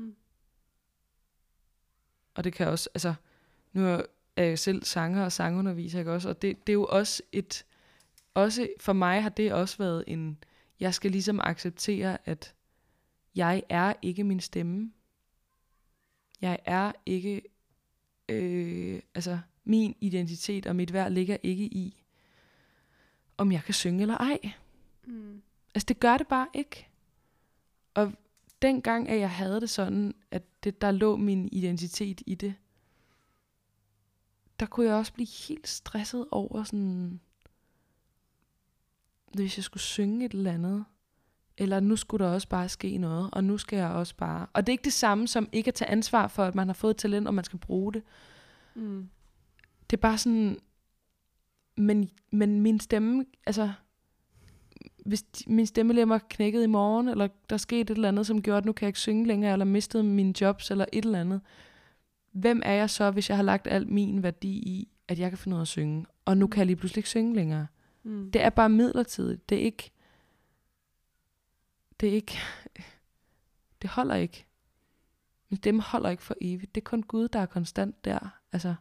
Og det kan også, altså, nu er jeg selv sanger og sangunderviser, ikke også? Og det er jo også for mig har det også været jeg skal ligesom acceptere, at jeg er ikke min stemme. Jeg er ikke, min identitet og mit værd ligger ikke i, om jeg kan synge eller ej. Altså, det gør det bare ikke. Og dengang, at jeg havde det sådan, at der lå min identitet i det, der kunne jeg også blive helt stresset over sådan, hvis jeg skulle synge et eller andet, eller nu skulle der også bare ske noget, og nu skal jeg også bare. Og det er ikke det samme som ikke at tage ansvar for, at man har fået talent, og man skal bruge det.
Mm.
Det er bare sådan, men min stemme, altså, hvis min stemmelemmer knækkede i morgen, eller der skete et eller andet, som gjorde, at nu kan jeg ikke synge længere, eller mistede mine jobs, eller et eller andet. Hvem er jeg så, hvis jeg har lagt al min værdi i, at jeg kan finde ud af at synge, og nu kan jeg lige pludselig ikke synge længere?
Mm.
Det er bare midlertidigt. Det er ikke, det holder ikke. Min stemme holder ikke for evigt. Det er kun Gud, der er konstant der. Altså.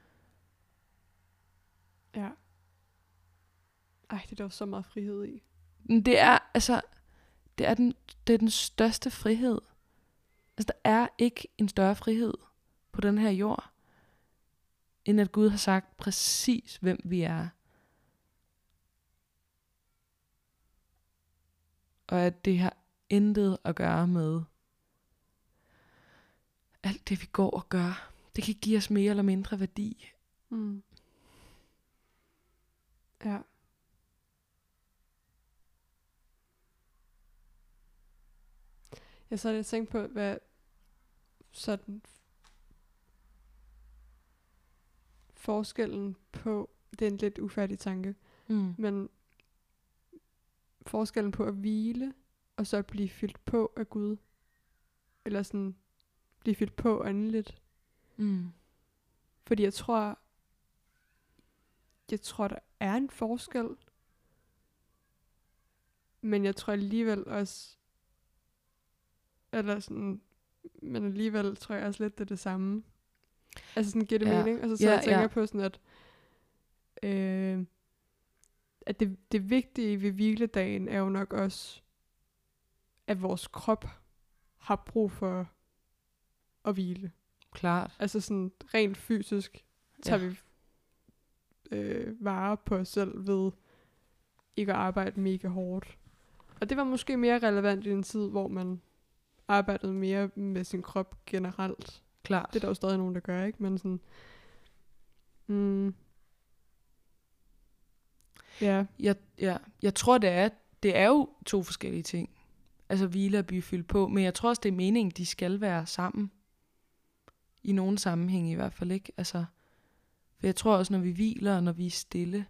Ja. Ej, det er der jo så meget frihed i.
Det er, altså, det er den største frihed. Altså, der er ikke en større frihed på den her jord, end at Gud har sagt præcis, hvem vi er. Og at det har intet at gøre med alt det, vi går og gør. Det kan give os mere eller mindre værdi.
Mm. Ja. Jeg så lidt tænkt på, hvad sådan forskellen på, det er en lidt ufærdig tanke, men forskellen på at hvile, og så at blive fyldt på af Gud, eller sådan, blive fyldt på åndeligt. Fordi jeg tror, der er en forskel, men jeg tror alligevel også, eller sådan, men alligevel tror jeg også lidt, det er det samme. Altså sådan, giver det mening? Og så jeg tænker på sådan, at det vigtige ved hviledagen er jo nok også, at vores krop har brug for at hvile.
Klart.
Altså sådan rent fysisk tager vi vare på os selv ved ikke at arbejde mega hårdt. Og det var måske mere relevant i en tid, hvor man arbejdede mere med sin krop generelt.
Klart.
Det er der jo stadig nogen, der gør, ikke? Men sådan... Ja.
Jeg tror, det er jo to forskellige ting. Altså hvile og blive fyldt på. Men jeg tror også, det er meningen, de skal være sammen. I nogle sammenhæng i hvert fald, ikke? Altså, for jeg tror også, når vi hviler, og når vi er stille,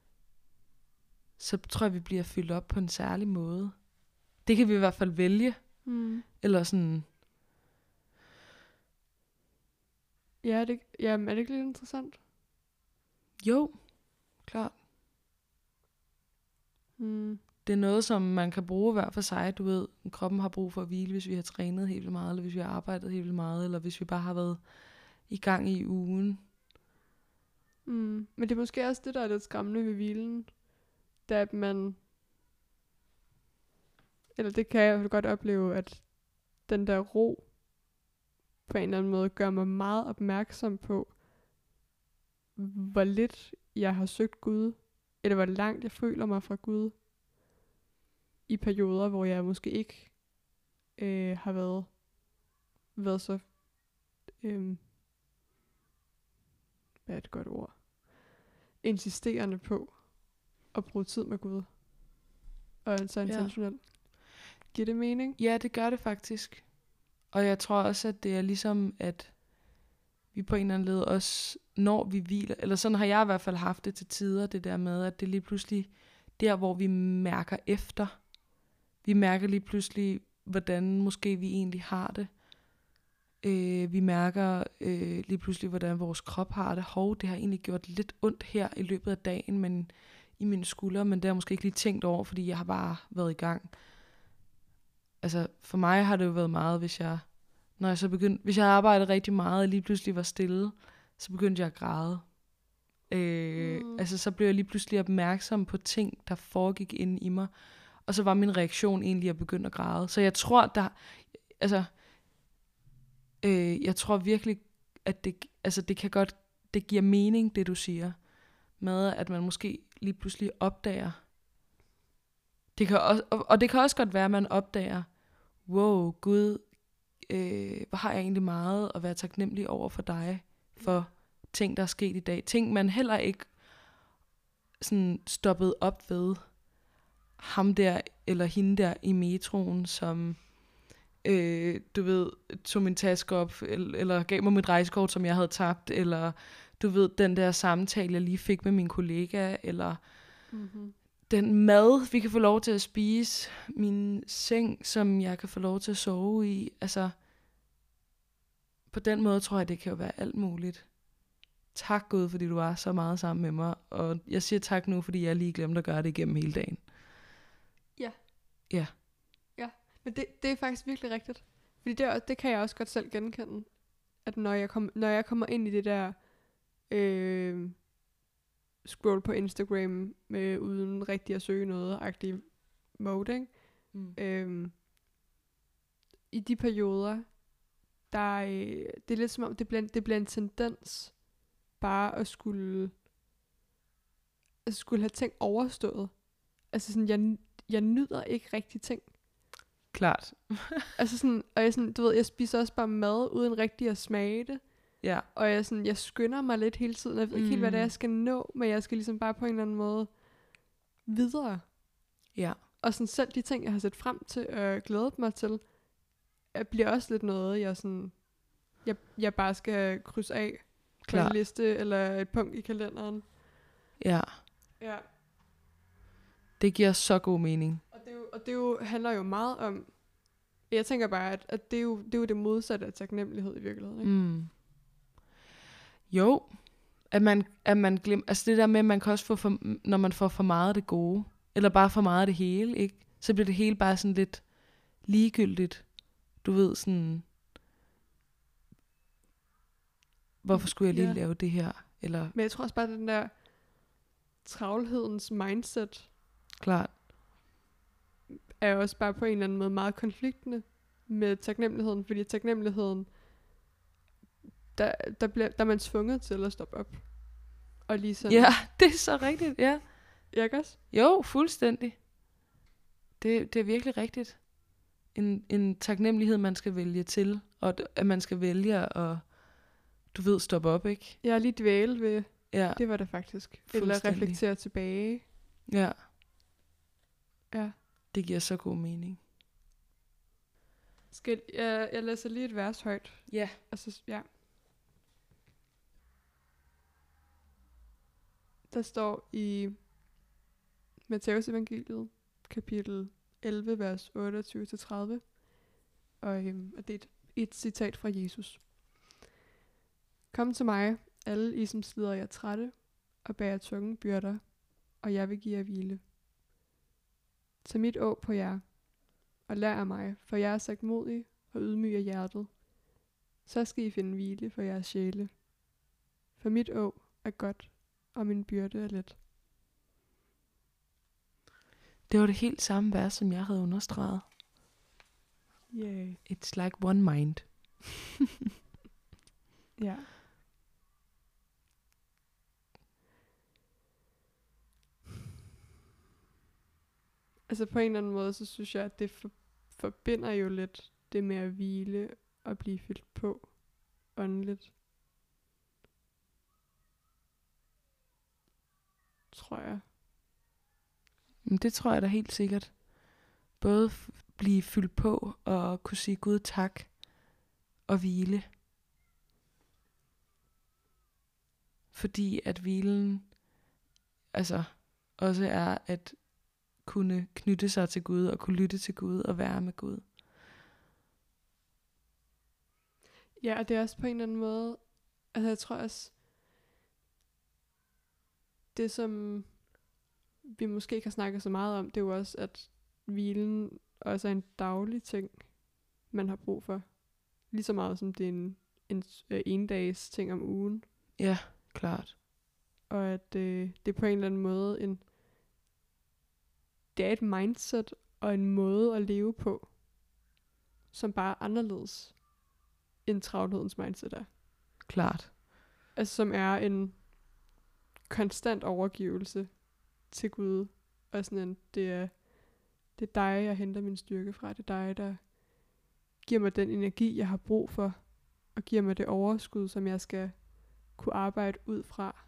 så tror jeg, vi bliver fyldt op på en særlig måde. Det kan vi i hvert fald vælge. Eller sådan...
Ja, er det ikke lidt interessant?
Jo, klart. Det er noget, som man kan bruge hver for sig. Du ved, kroppen har brug for at hvile, hvis vi har trænet helt vildt meget, eller hvis vi har arbejdet helt vildt meget, eller hvis vi bare har været i gang i ugen.
Men det er måske også det, der er lidt skræmmende ved hvilen. Det er, at man... Eller det kan jeg godt opleve, at den der ro på en eller anden måde gør mig meget opmærksom på, hvor lidt jeg har søgt Gud, eller hvor langt jeg føler mig fra Gud, i perioder, hvor jeg måske ikke har været så, hvad er et godt ord, insisterende på at bruge tid med Gud, og så intentionelt. Giver det mening?
Ja, det gør det faktisk. Og jeg tror også, at det er ligesom, at vi på en eller anden led også, når vi hviler, eller sådan har jeg i hvert fald haft det til tider, det der med, at det lige pludselig, der hvor vi mærker efter, vi mærker lige pludselig, hvordan måske vi egentlig har det. Vi mærker lige pludselig, hvordan vores krop har det. Det har egentlig gjort lidt ondt her i løbet af dagen, men i mine skuldre, men det har jeg måske ikke lige tænkt over, fordi jeg har bare været i gang. Altså, for mig har det jo været meget, hvis jeg havde arbejdet rigtig meget, og lige pludselig var stille, så begyndte jeg at græde. Altså, så blev jeg lige pludselig opmærksom på ting, der foregik inde i mig, og så var min reaktion egentlig at begynde at græde. Så jeg tror, jeg tror virkelig, at det kan godt, det giver mening, det du siger, med at man måske lige pludselig opdager Det kan også, og det kan også godt være, at man opdager, wow, Gud, hvor har jeg egentlig meget at være taknemmelig over for dig, for ting, der er sket i dag. Ting, man heller ikke sådan stoppet op ved. Ham der, eller hende der i metroen, som, du ved, tog min taske op, eller gav mig mit rejsekort, som jeg havde tabt, eller du ved, den der samtale, jeg lige fik med min kollega, eller den mad, vi kan få lov til at spise, min seng, som jeg kan få lov til at sove i. Altså, på den måde tror jeg, det kan jo være alt muligt. Tak Gud, fordi du var så meget sammen med mig, og jeg siger tak nu, fordi jeg lige glemte at gøre det igennem hele dagen.
Ja.
Ja.
Ja, men det er faktisk virkelig rigtigt. Fordi det kan jeg også godt selv genkende. At når jeg kommer ind i det der scroll på Instagram uden rigtig at søge noget aktiv mode, ikke? I de perioder, der det er lidt som om, det bliver en tendens bare at skulle have ting overstået. Altså sådan, jeg nyder ikke rigtig ting.
Klart.
Altså sådan, og jeg sådan, du ved, jeg spiser også bare mad uden rigtig at smage det.
Ja.
Og jeg skynder mig lidt hele tiden. Jeg ved ikke helt, hvad det er, jeg skal nå, men jeg skal ligesom bare på en eller anden måde videre.
Ja.
Og sådan selv de ting, jeg har set frem til og glædet mig til, bliver også lidt noget, jeg bare skal krydse af på en liste eller et punkt i kalenderen.
Ja.
Ja.
Det giver så god mening.
Og det handler jo meget om, jeg tænker bare, at det er jo det modsatte af taknemmelighed i virkeligheden. Ikke?
Jo, at man glemmer, altså det der med, at man kan også få, når man får for meget af det gode, eller bare for meget af det hele, ikke? Så bliver det hele bare sådan lidt ligegyldigt. Du ved sådan, hvorfor skulle jeg lige lave det her? Eller
men jeg tror også bare, den der travlhedens mindset,
klart,
er også bare på en eller anden måde meget konfliktende med taknemmeligheden, fordi taknemmeligheden, der er man tvunget til at stoppe op. Og lige sådan.
Ja, det er så rigtigt, ja.
Ikke også?
Jo, fuldstændig. Det er virkelig rigtigt. En taknemmelighed, man skal vælge til, og at man skal vælge at, du ved, stoppe op, ikke?
Jeg er lige dvæle ved,
ja.
Det var det faktisk. Eller reflektere tilbage.
Ja.
Ja.
Det giver så god mening.
Jeg læser lige et vers højt.
Ja.
Altså, ja. Der står i Matteus evangeliet, kapitel 11, vers 28-30. Og det er et citat fra Jesus. Kom til mig, alle I som slider jer trætte og bærer tunge byrder, og jeg vil give jer hvile. Tag mit åg på jer, og lær af mig, for jeg er sagtmodig og ydmyg af hjertet. Så skal I finde hvile for jeres sjæle. For mit åg er godt, og min byrde er let.
Det var det helt samme vers, som jeg havde understreget.
Yeah.
It's like one mind.
Ja. Altså på en eller anden måde, så synes jeg, at det forbinder jo lidt det med at hvile og blive fyldt på åndeligt. Tror jeg.
Det tror jeg da helt sikkert. Både blive fyldt på og kunne sige Gud tak og hvile. Fordi at hvilen altså også er at kunne knytte sig til Gud og kunne lytte til Gud og være med Gud.
Ja, og det er også på en eller anden måde, altså jeg tror også, det som vi måske ikke har snakket så meget om, det er jo også, at hvilen også er en daglig ting, man har brug for. Lige så meget som det er en dags ting om ugen.
Ja, klart.
Og at det er på en eller anden måde det er et mindset og en måde at leve på, som bare er anderledes end travlhedens mindset er.
Klart.
Altså som er en konstant overgivelse til Gud. Og sådan det er Det er dig, jeg henter min styrke fra. Det er dig, der giver mig den energi, jeg har brug for, og giver mig det overskud, som jeg skal kunne arbejde ud fra.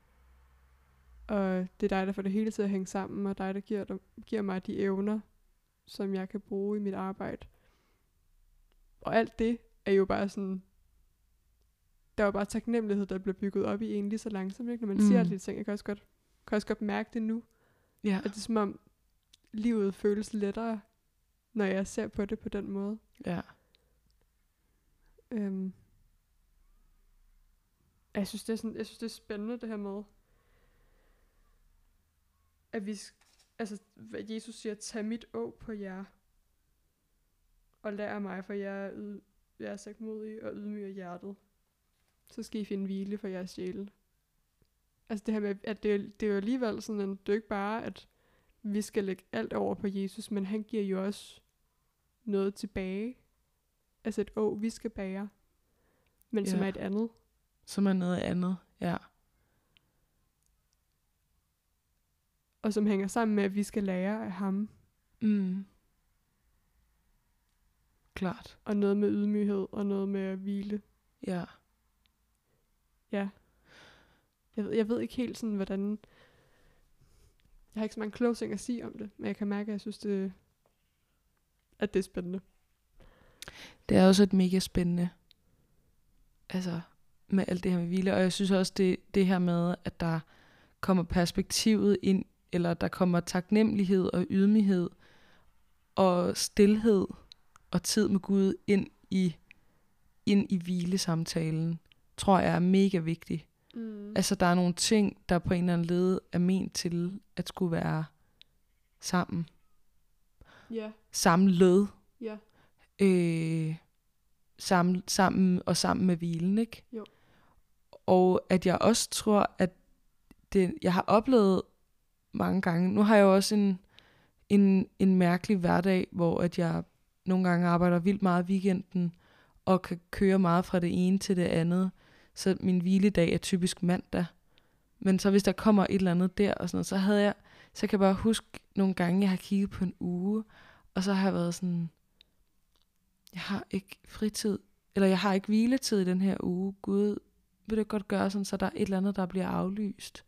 Og det er dig, der får det hele til at hænge sammen, og dig, der giver mig de evner, som jeg kan bruge i mit arbejde. Og alt det er jo bare sådan, der er jo bare taknemmelighed, der bliver bygget op i en lige så langsomt, ikke? Når man siger alle de ting. Jeg kan også godt mærke det nu.
Ja.
At det er som om, livet føles lettere, når jeg ser på det på den måde.
Ja.
Jeg synes, det er spændende det her med, at hvad Jesus siger, tag mit åg på jer, og lær mig, for jeg er sagtmodig og ydmyg af hjertet. Så skal I finde hvile for jeres sjæle. Altså det her med, at det er jo alligevel sådan en, det er ikke bare, at vi skal lægge alt over på Jesus, men han giver jo også noget tilbage. Altså et åg, vi skal bære, men som er et andet.
Som er noget andet, ja.
Og som hænger sammen med, at vi skal lære af ham.
Klart.
Og noget med ydmyghed, og noget med at hvile.
Ja.
Ja. Jeg ved ikke helt sådan, hvordan... Jeg har ikke så mange kloge ting at sige om det, men jeg kan mærke, at jeg synes, at det er spændende.
Det er også et mega spændende, altså med alt det her med hvile, og jeg synes også, det her med, at der kommer perspektivet ind, eller der kommer taknemmelighed og ydmyghed, og stilhed og tid med Gud ind i hvilesamtalen, tror jeg er mega vigtigt. Altså der er nogle ting, der på en eller anden led er ment til at skulle være sammen.
Ja.
Samlet.
Ja.
Sammen med hvilen, ikke?
Jo.
Og at jeg også tror, at jeg har oplevet mange gange, nu har jeg jo også en mærkelig hverdag, hvor at jeg nogle gange arbejder vildt meget i weekenden, og kan køre meget fra det ene til det andet, så min hviledag er typisk mandag. Men så hvis der kommer et eller andet der, og sådan noget, så kan jeg bare huske nogle gange, jeg har kigget på en uge, og så har jeg været sådan, jeg har ikke fritid, eller jeg har ikke hviletid i den her uge. Gud, vil det godt gøre sådan, så der er et eller andet, der bliver aflyst.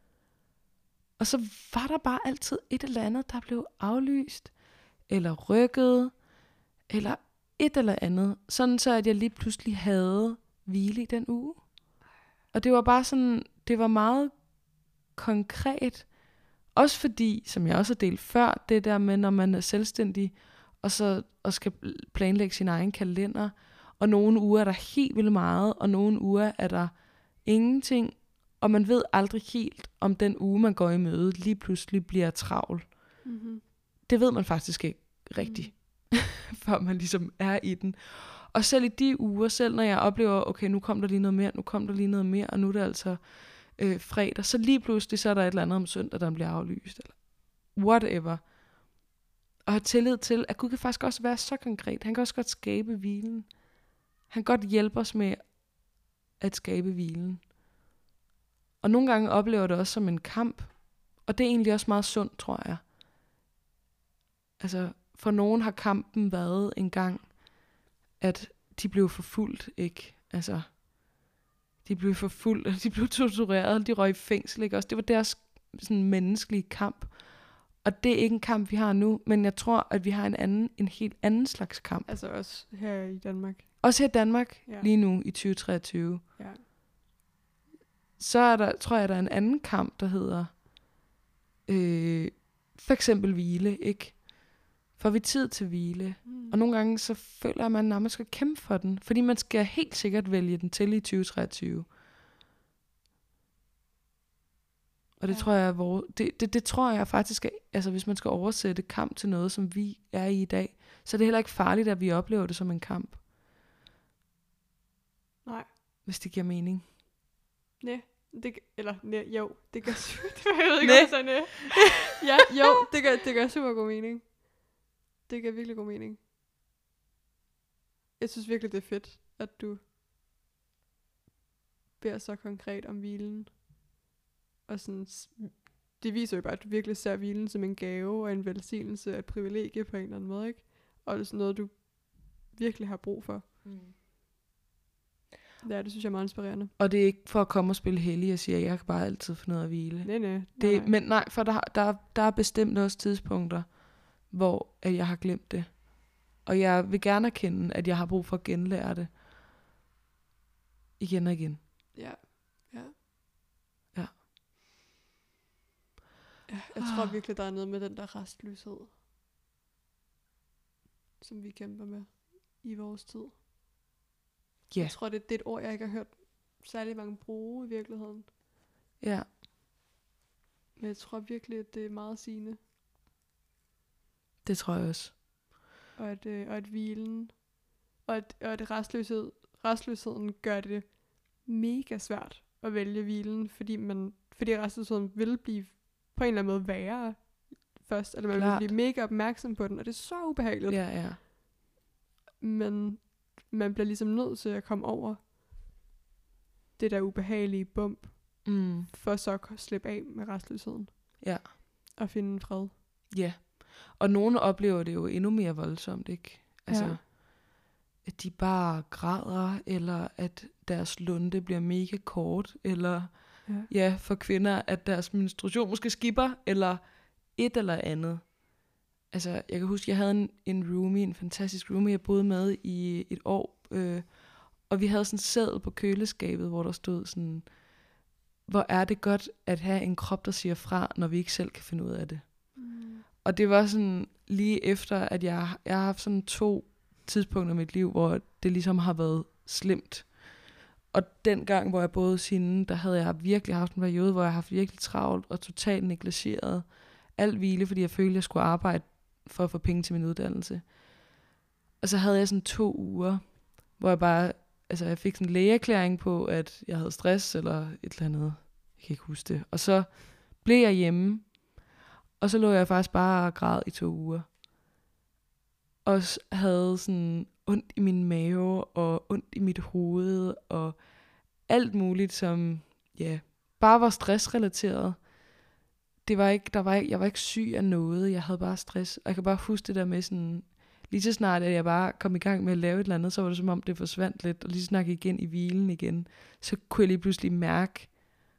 Og så var der bare altid et eller andet, der blev aflyst, eller rykket, eller et eller andet. Sådan så, at jeg lige pludselig havde hvile i den uge. Og det var bare sådan, det var meget konkret. Også fordi, som jeg også har delt før, det der med, når man er selvstændig, og skal planlægge sin egen kalender, og nogle uger er der helt vildt meget, og nogle uger er der ingenting, og man ved aldrig helt, om den uge, man går i møde, lige pludselig bliver travl. Det ved man faktisk ikke rigtigt, før man ligesom er i den. Og selv i de uger, selv når jeg oplever, okay, nu kom der lige noget mere, og nu er det altså fredag, så lige pludselig, så er der et eller andet om søndag, der bliver aflyst, eller whatever. Og have tillid til, at Gud kan faktisk også være så konkret. Han kan også godt skabe hvilen. Han kan godt hjælpe os med at skabe hvilen. Og nogle gange oplever jeg det også som en kamp. Og det er egentlig også meget sundt, tror jeg. Altså, for nogen har kampen været en gang, at de blev forfulgt, ikke? Altså, de blev forfulgt, de blev tortureret, de røg i fængsel, ikke? Også det var deres sådan menneskelige kamp. Og det er ikke en kamp, vi har nu, men jeg tror, at vi har en helt anden slags kamp.
Altså også her i Danmark.
Også her i Danmark,
ja.
Lige nu i 2023.
Ja.
Så er der, tror jeg, der er en anden kamp, der hedder for eksempel hvile, ikke? Får vi tid til hvile? Og nogle gange så føler jeg, at man skal kæmpe for den, fordi man skal helt sikkert vælge den til i 2023. Og det tror jeg det tror jeg faktisk, altså hvis man skal oversætte kamp til noget, som vi er i dag, så er det heller ikke farligt, at vi oplever det som en kamp.
Nej.
Hvis det giver mening.
Nej. Jo, det gør det gør super god mening. Det gør virkelig god mening. Jeg synes virkelig, det er fedt, at du beder så konkret om hvilen. Og sådan det viser jo bare, at du virkelig ser hvilen som en gave og en velsignelse og et privilegie på en eller anden måde, ikke? Og det er sådan noget, du virkelig har brug for. Ja, det synes jeg er meget inspirerende.
Og det er ikke for at komme og spille hellig og sige, at jeg kan bare altid finde noget at hvile.
Nej.
Men nej, for der er bestemt også tidspunkter, hvor at jeg har glemt det. Og jeg vil gerne erkende, at jeg har brug for at genlære det. Igen og igen.
Ja. Jeg tror virkelig, der er noget med den der restløshed, som vi kæmper med i vores tid.
Ja.
Jeg tror, det er et ord, jeg ikke har hørt særlig mange bruge i virkeligheden.
Ja.
Men jeg tror virkelig, at det er meget sigende.
Det tror jeg også.
Og at hvilen, og at restløsheden gør det mega svært at vælge hvilen, fordi restløsheden vil blive på en eller anden måde værre først, eller man vil blive mega opmærksom på den, og det er så ubehageligt.
Ja.
Men man bliver ligesom nødt til at komme over det der ubehagelige bump, for så at slippe af med restløsheden.
Ja.
Og finde en fred.
Ja. Og nogle oplever det jo endnu mere voldsomt, ikke? Altså, at de bare græder, eller at deres lunde bliver mega kort, eller for kvinder, at deres menstruation måske skipper, eller et eller andet. Altså, jeg kan huske, jeg havde en fantastisk roomie, jeg boede med i et år, og vi havde sådan en seddel på køleskabet, hvor der stod sådan, hvor er det godt at have en krop, der siger fra, når vi ikke selv kan finde ud af det. Og det var sådan lige efter, at jeg har haft sådan 2 tidspunkter i mit liv, hvor det ligesom har været slemt. Og den gang, hvor jeg boede hos hende, der havde jeg virkelig haft en periode, hvor jeg har haft virkelig travlt og totalt negligeret al hvile, fordi jeg følte, at jeg skulle arbejde for at få penge til min uddannelse. Og så havde jeg sådan 2 uger, hvor jeg bare, altså jeg fik sådan en lægeerklæring på, at jeg havde stress eller et eller andet. Jeg kan ikke huske det. Og så blev jeg hjemme, og så lå jeg faktisk bare og græd i 2 uger. Og havde sådan ondt i min mave, og ondt i mit hoved, og alt muligt, som bare var stressrelateret. Jeg var ikke syg af noget, jeg havde bare stress. Og jeg kan bare huske det der med sådan, lige så snart, at jeg bare kom i gang med at lave et eller andet, så var det som om, det forsvandt lidt, og lige så snart igen i hvilen igen, så kunne jeg lige pludselig mærke,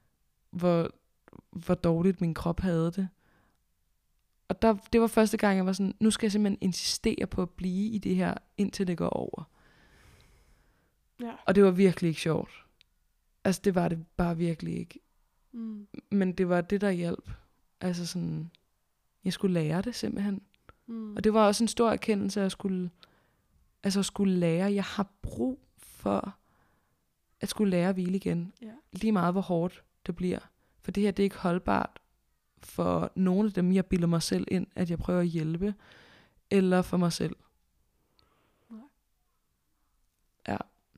hvor dårligt min krop havde det. Og det var første gang, jeg var sådan, nu skal jeg simpelthen insistere på at blive i det her, indtil det går over.
Ja.
Og det var virkelig ikke sjovt. Altså, det var det bare virkelig ikke. Men det var det, der hjalp. Altså sådan, jeg skulle lære det simpelthen. Og det var også en stor erkendelse, at jeg skulle lære. Jeg har brug for at skulle lære at hvile igen.
Ja.
Lige meget, hvor hårdt det bliver. For det her, det er ikke holdbart for nogle af dem, jeg bilder mig selv ind, at jeg prøver at hjælpe, eller for mig selv.
Nej.
Ja.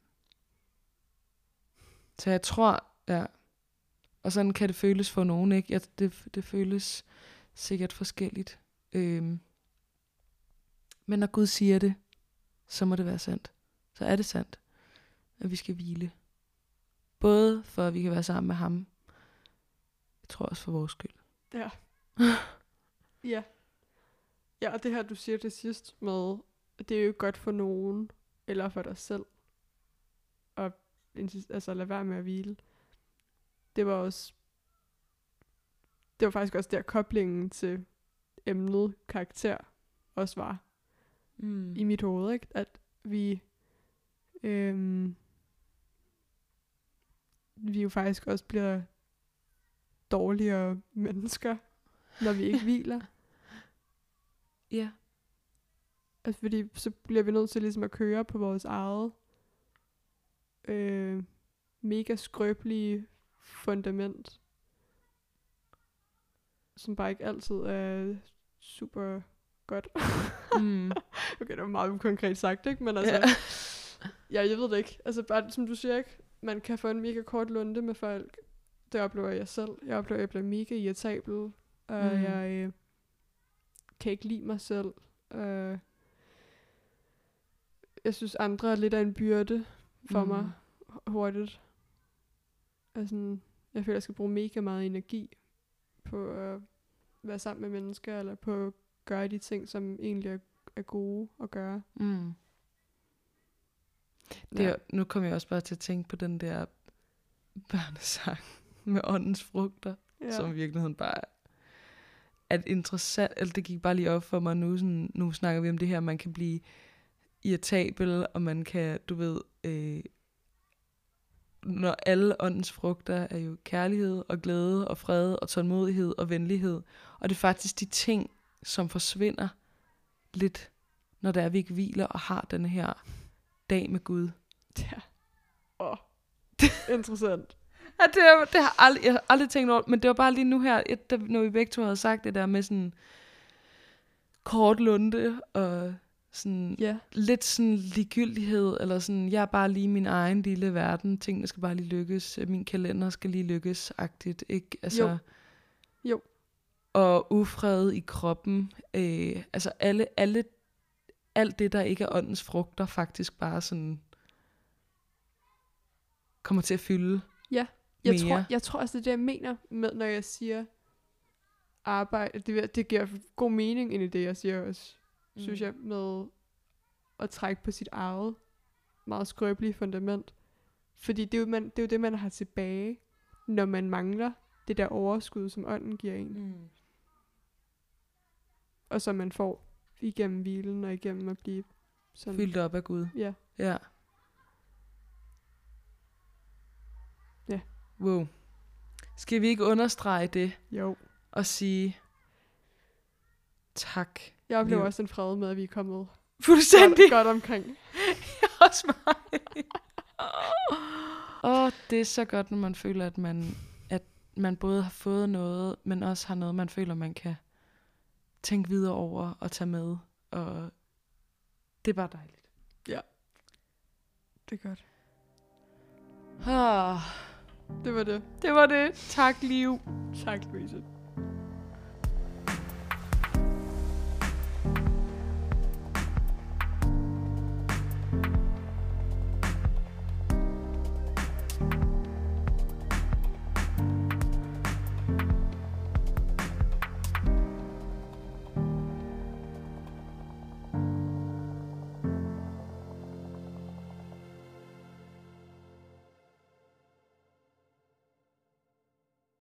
Så jeg tror, og sådan kan det føles for nogen, ikke? Det føles sikkert forskelligt. Men når Gud siger det, så må det være sandt. Så er det sandt, at vi skal hvile. Både for, at vi kan være sammen med ham. Jeg tror også for vores skyld.
Ja. Ja. Ja, og det her, du siger til sidst med, at det er jo ikke godt for nogen, eller for dig selv, at lade være med at hvile. Det var faktisk også der koblingen til emnet karakter også var i mit hoved, ikke? At vi jo faktisk også bliver dårligere mennesker, når vi ikke hviler.
Ja.
Altså fordi så bliver vi nødt til ligesom at køre på vores eget mega skrøbelige fundament, som bare ikke altid er super godt. Okay, det var meget ukonkret sagt, ikke? Men altså, jeg ved det ikke. Altså bare som du siger, ikke? Man kan få en mega kort lunde med folk. Det oplever jeg selv. Jeg oplever, at jeg bliver mega irritabel, og jeg kan ikke lide mig selv. Jeg synes, andre er lidt af en byrde for mig hurtigt. Altså, jeg føler, jeg skal bruge mega meget energi på at være sammen med mennesker, eller på at gøre de ting, som egentlig er gode at gøre.
Mm. Nu kommer jeg også bare til at tænke på den der børnesang med åndens frugter, som i virkeligheden bare er interessant, eller det gik bare lige op for mig nu, sådan, nu snakker vi om det her, man kan blive irritabel, og man kan, du ved, når alle åndens frugter er jo kærlighed og glæde og fred og tålmodighed og venlighed, og det er faktisk de ting, som forsvinder lidt, når der er, vi ikke hviler og har den her dag med Gud.
Ja. Interessant.
Ja, det har jeg har aldrig tænkt over, men det var bare lige nu her, når vi begge to havde sagt det der med sådan kort lunde og sådan lidt sådan ligegyldighed, eller sådan, jeg er bare lige min egen lille verden, tingene skal bare lige lykkes, min kalender skal lige lykkes-agtigt, ikke? Altså,
jo.
Og ufred i kroppen, altså alt det, der ikke er åndens frugter, faktisk bare sådan kommer til at fylde.
Ja, jeg tror også, det er det, jeg mener med, når jeg siger arbejde. Det giver god mening ind i det, jeg siger også, synes jeg, med at trække på sit eget meget skrøbelige fundament. Fordi det er jo det, man har tilbage, når man mangler det der overskud, som ånden giver en. Og som man får igennem hvilen og igennem at blive sådan
fyldt op af Gud.
Ja.
Ja. Wow. Skal vi ikke understrege det?
Jo.
Og sige tak.
Jeg oplever også en fred med, at vi er kommet
fuldstændig
godt omkring.
Også mig. Det er så godt, når man føler, at man både har fået noget, men også har noget, man føler, man kan tænke videre over og tage med. Og det er bare dejligt.
Ja. Det er godt.
Det var det. Tak, Liv.
Tak, Louise.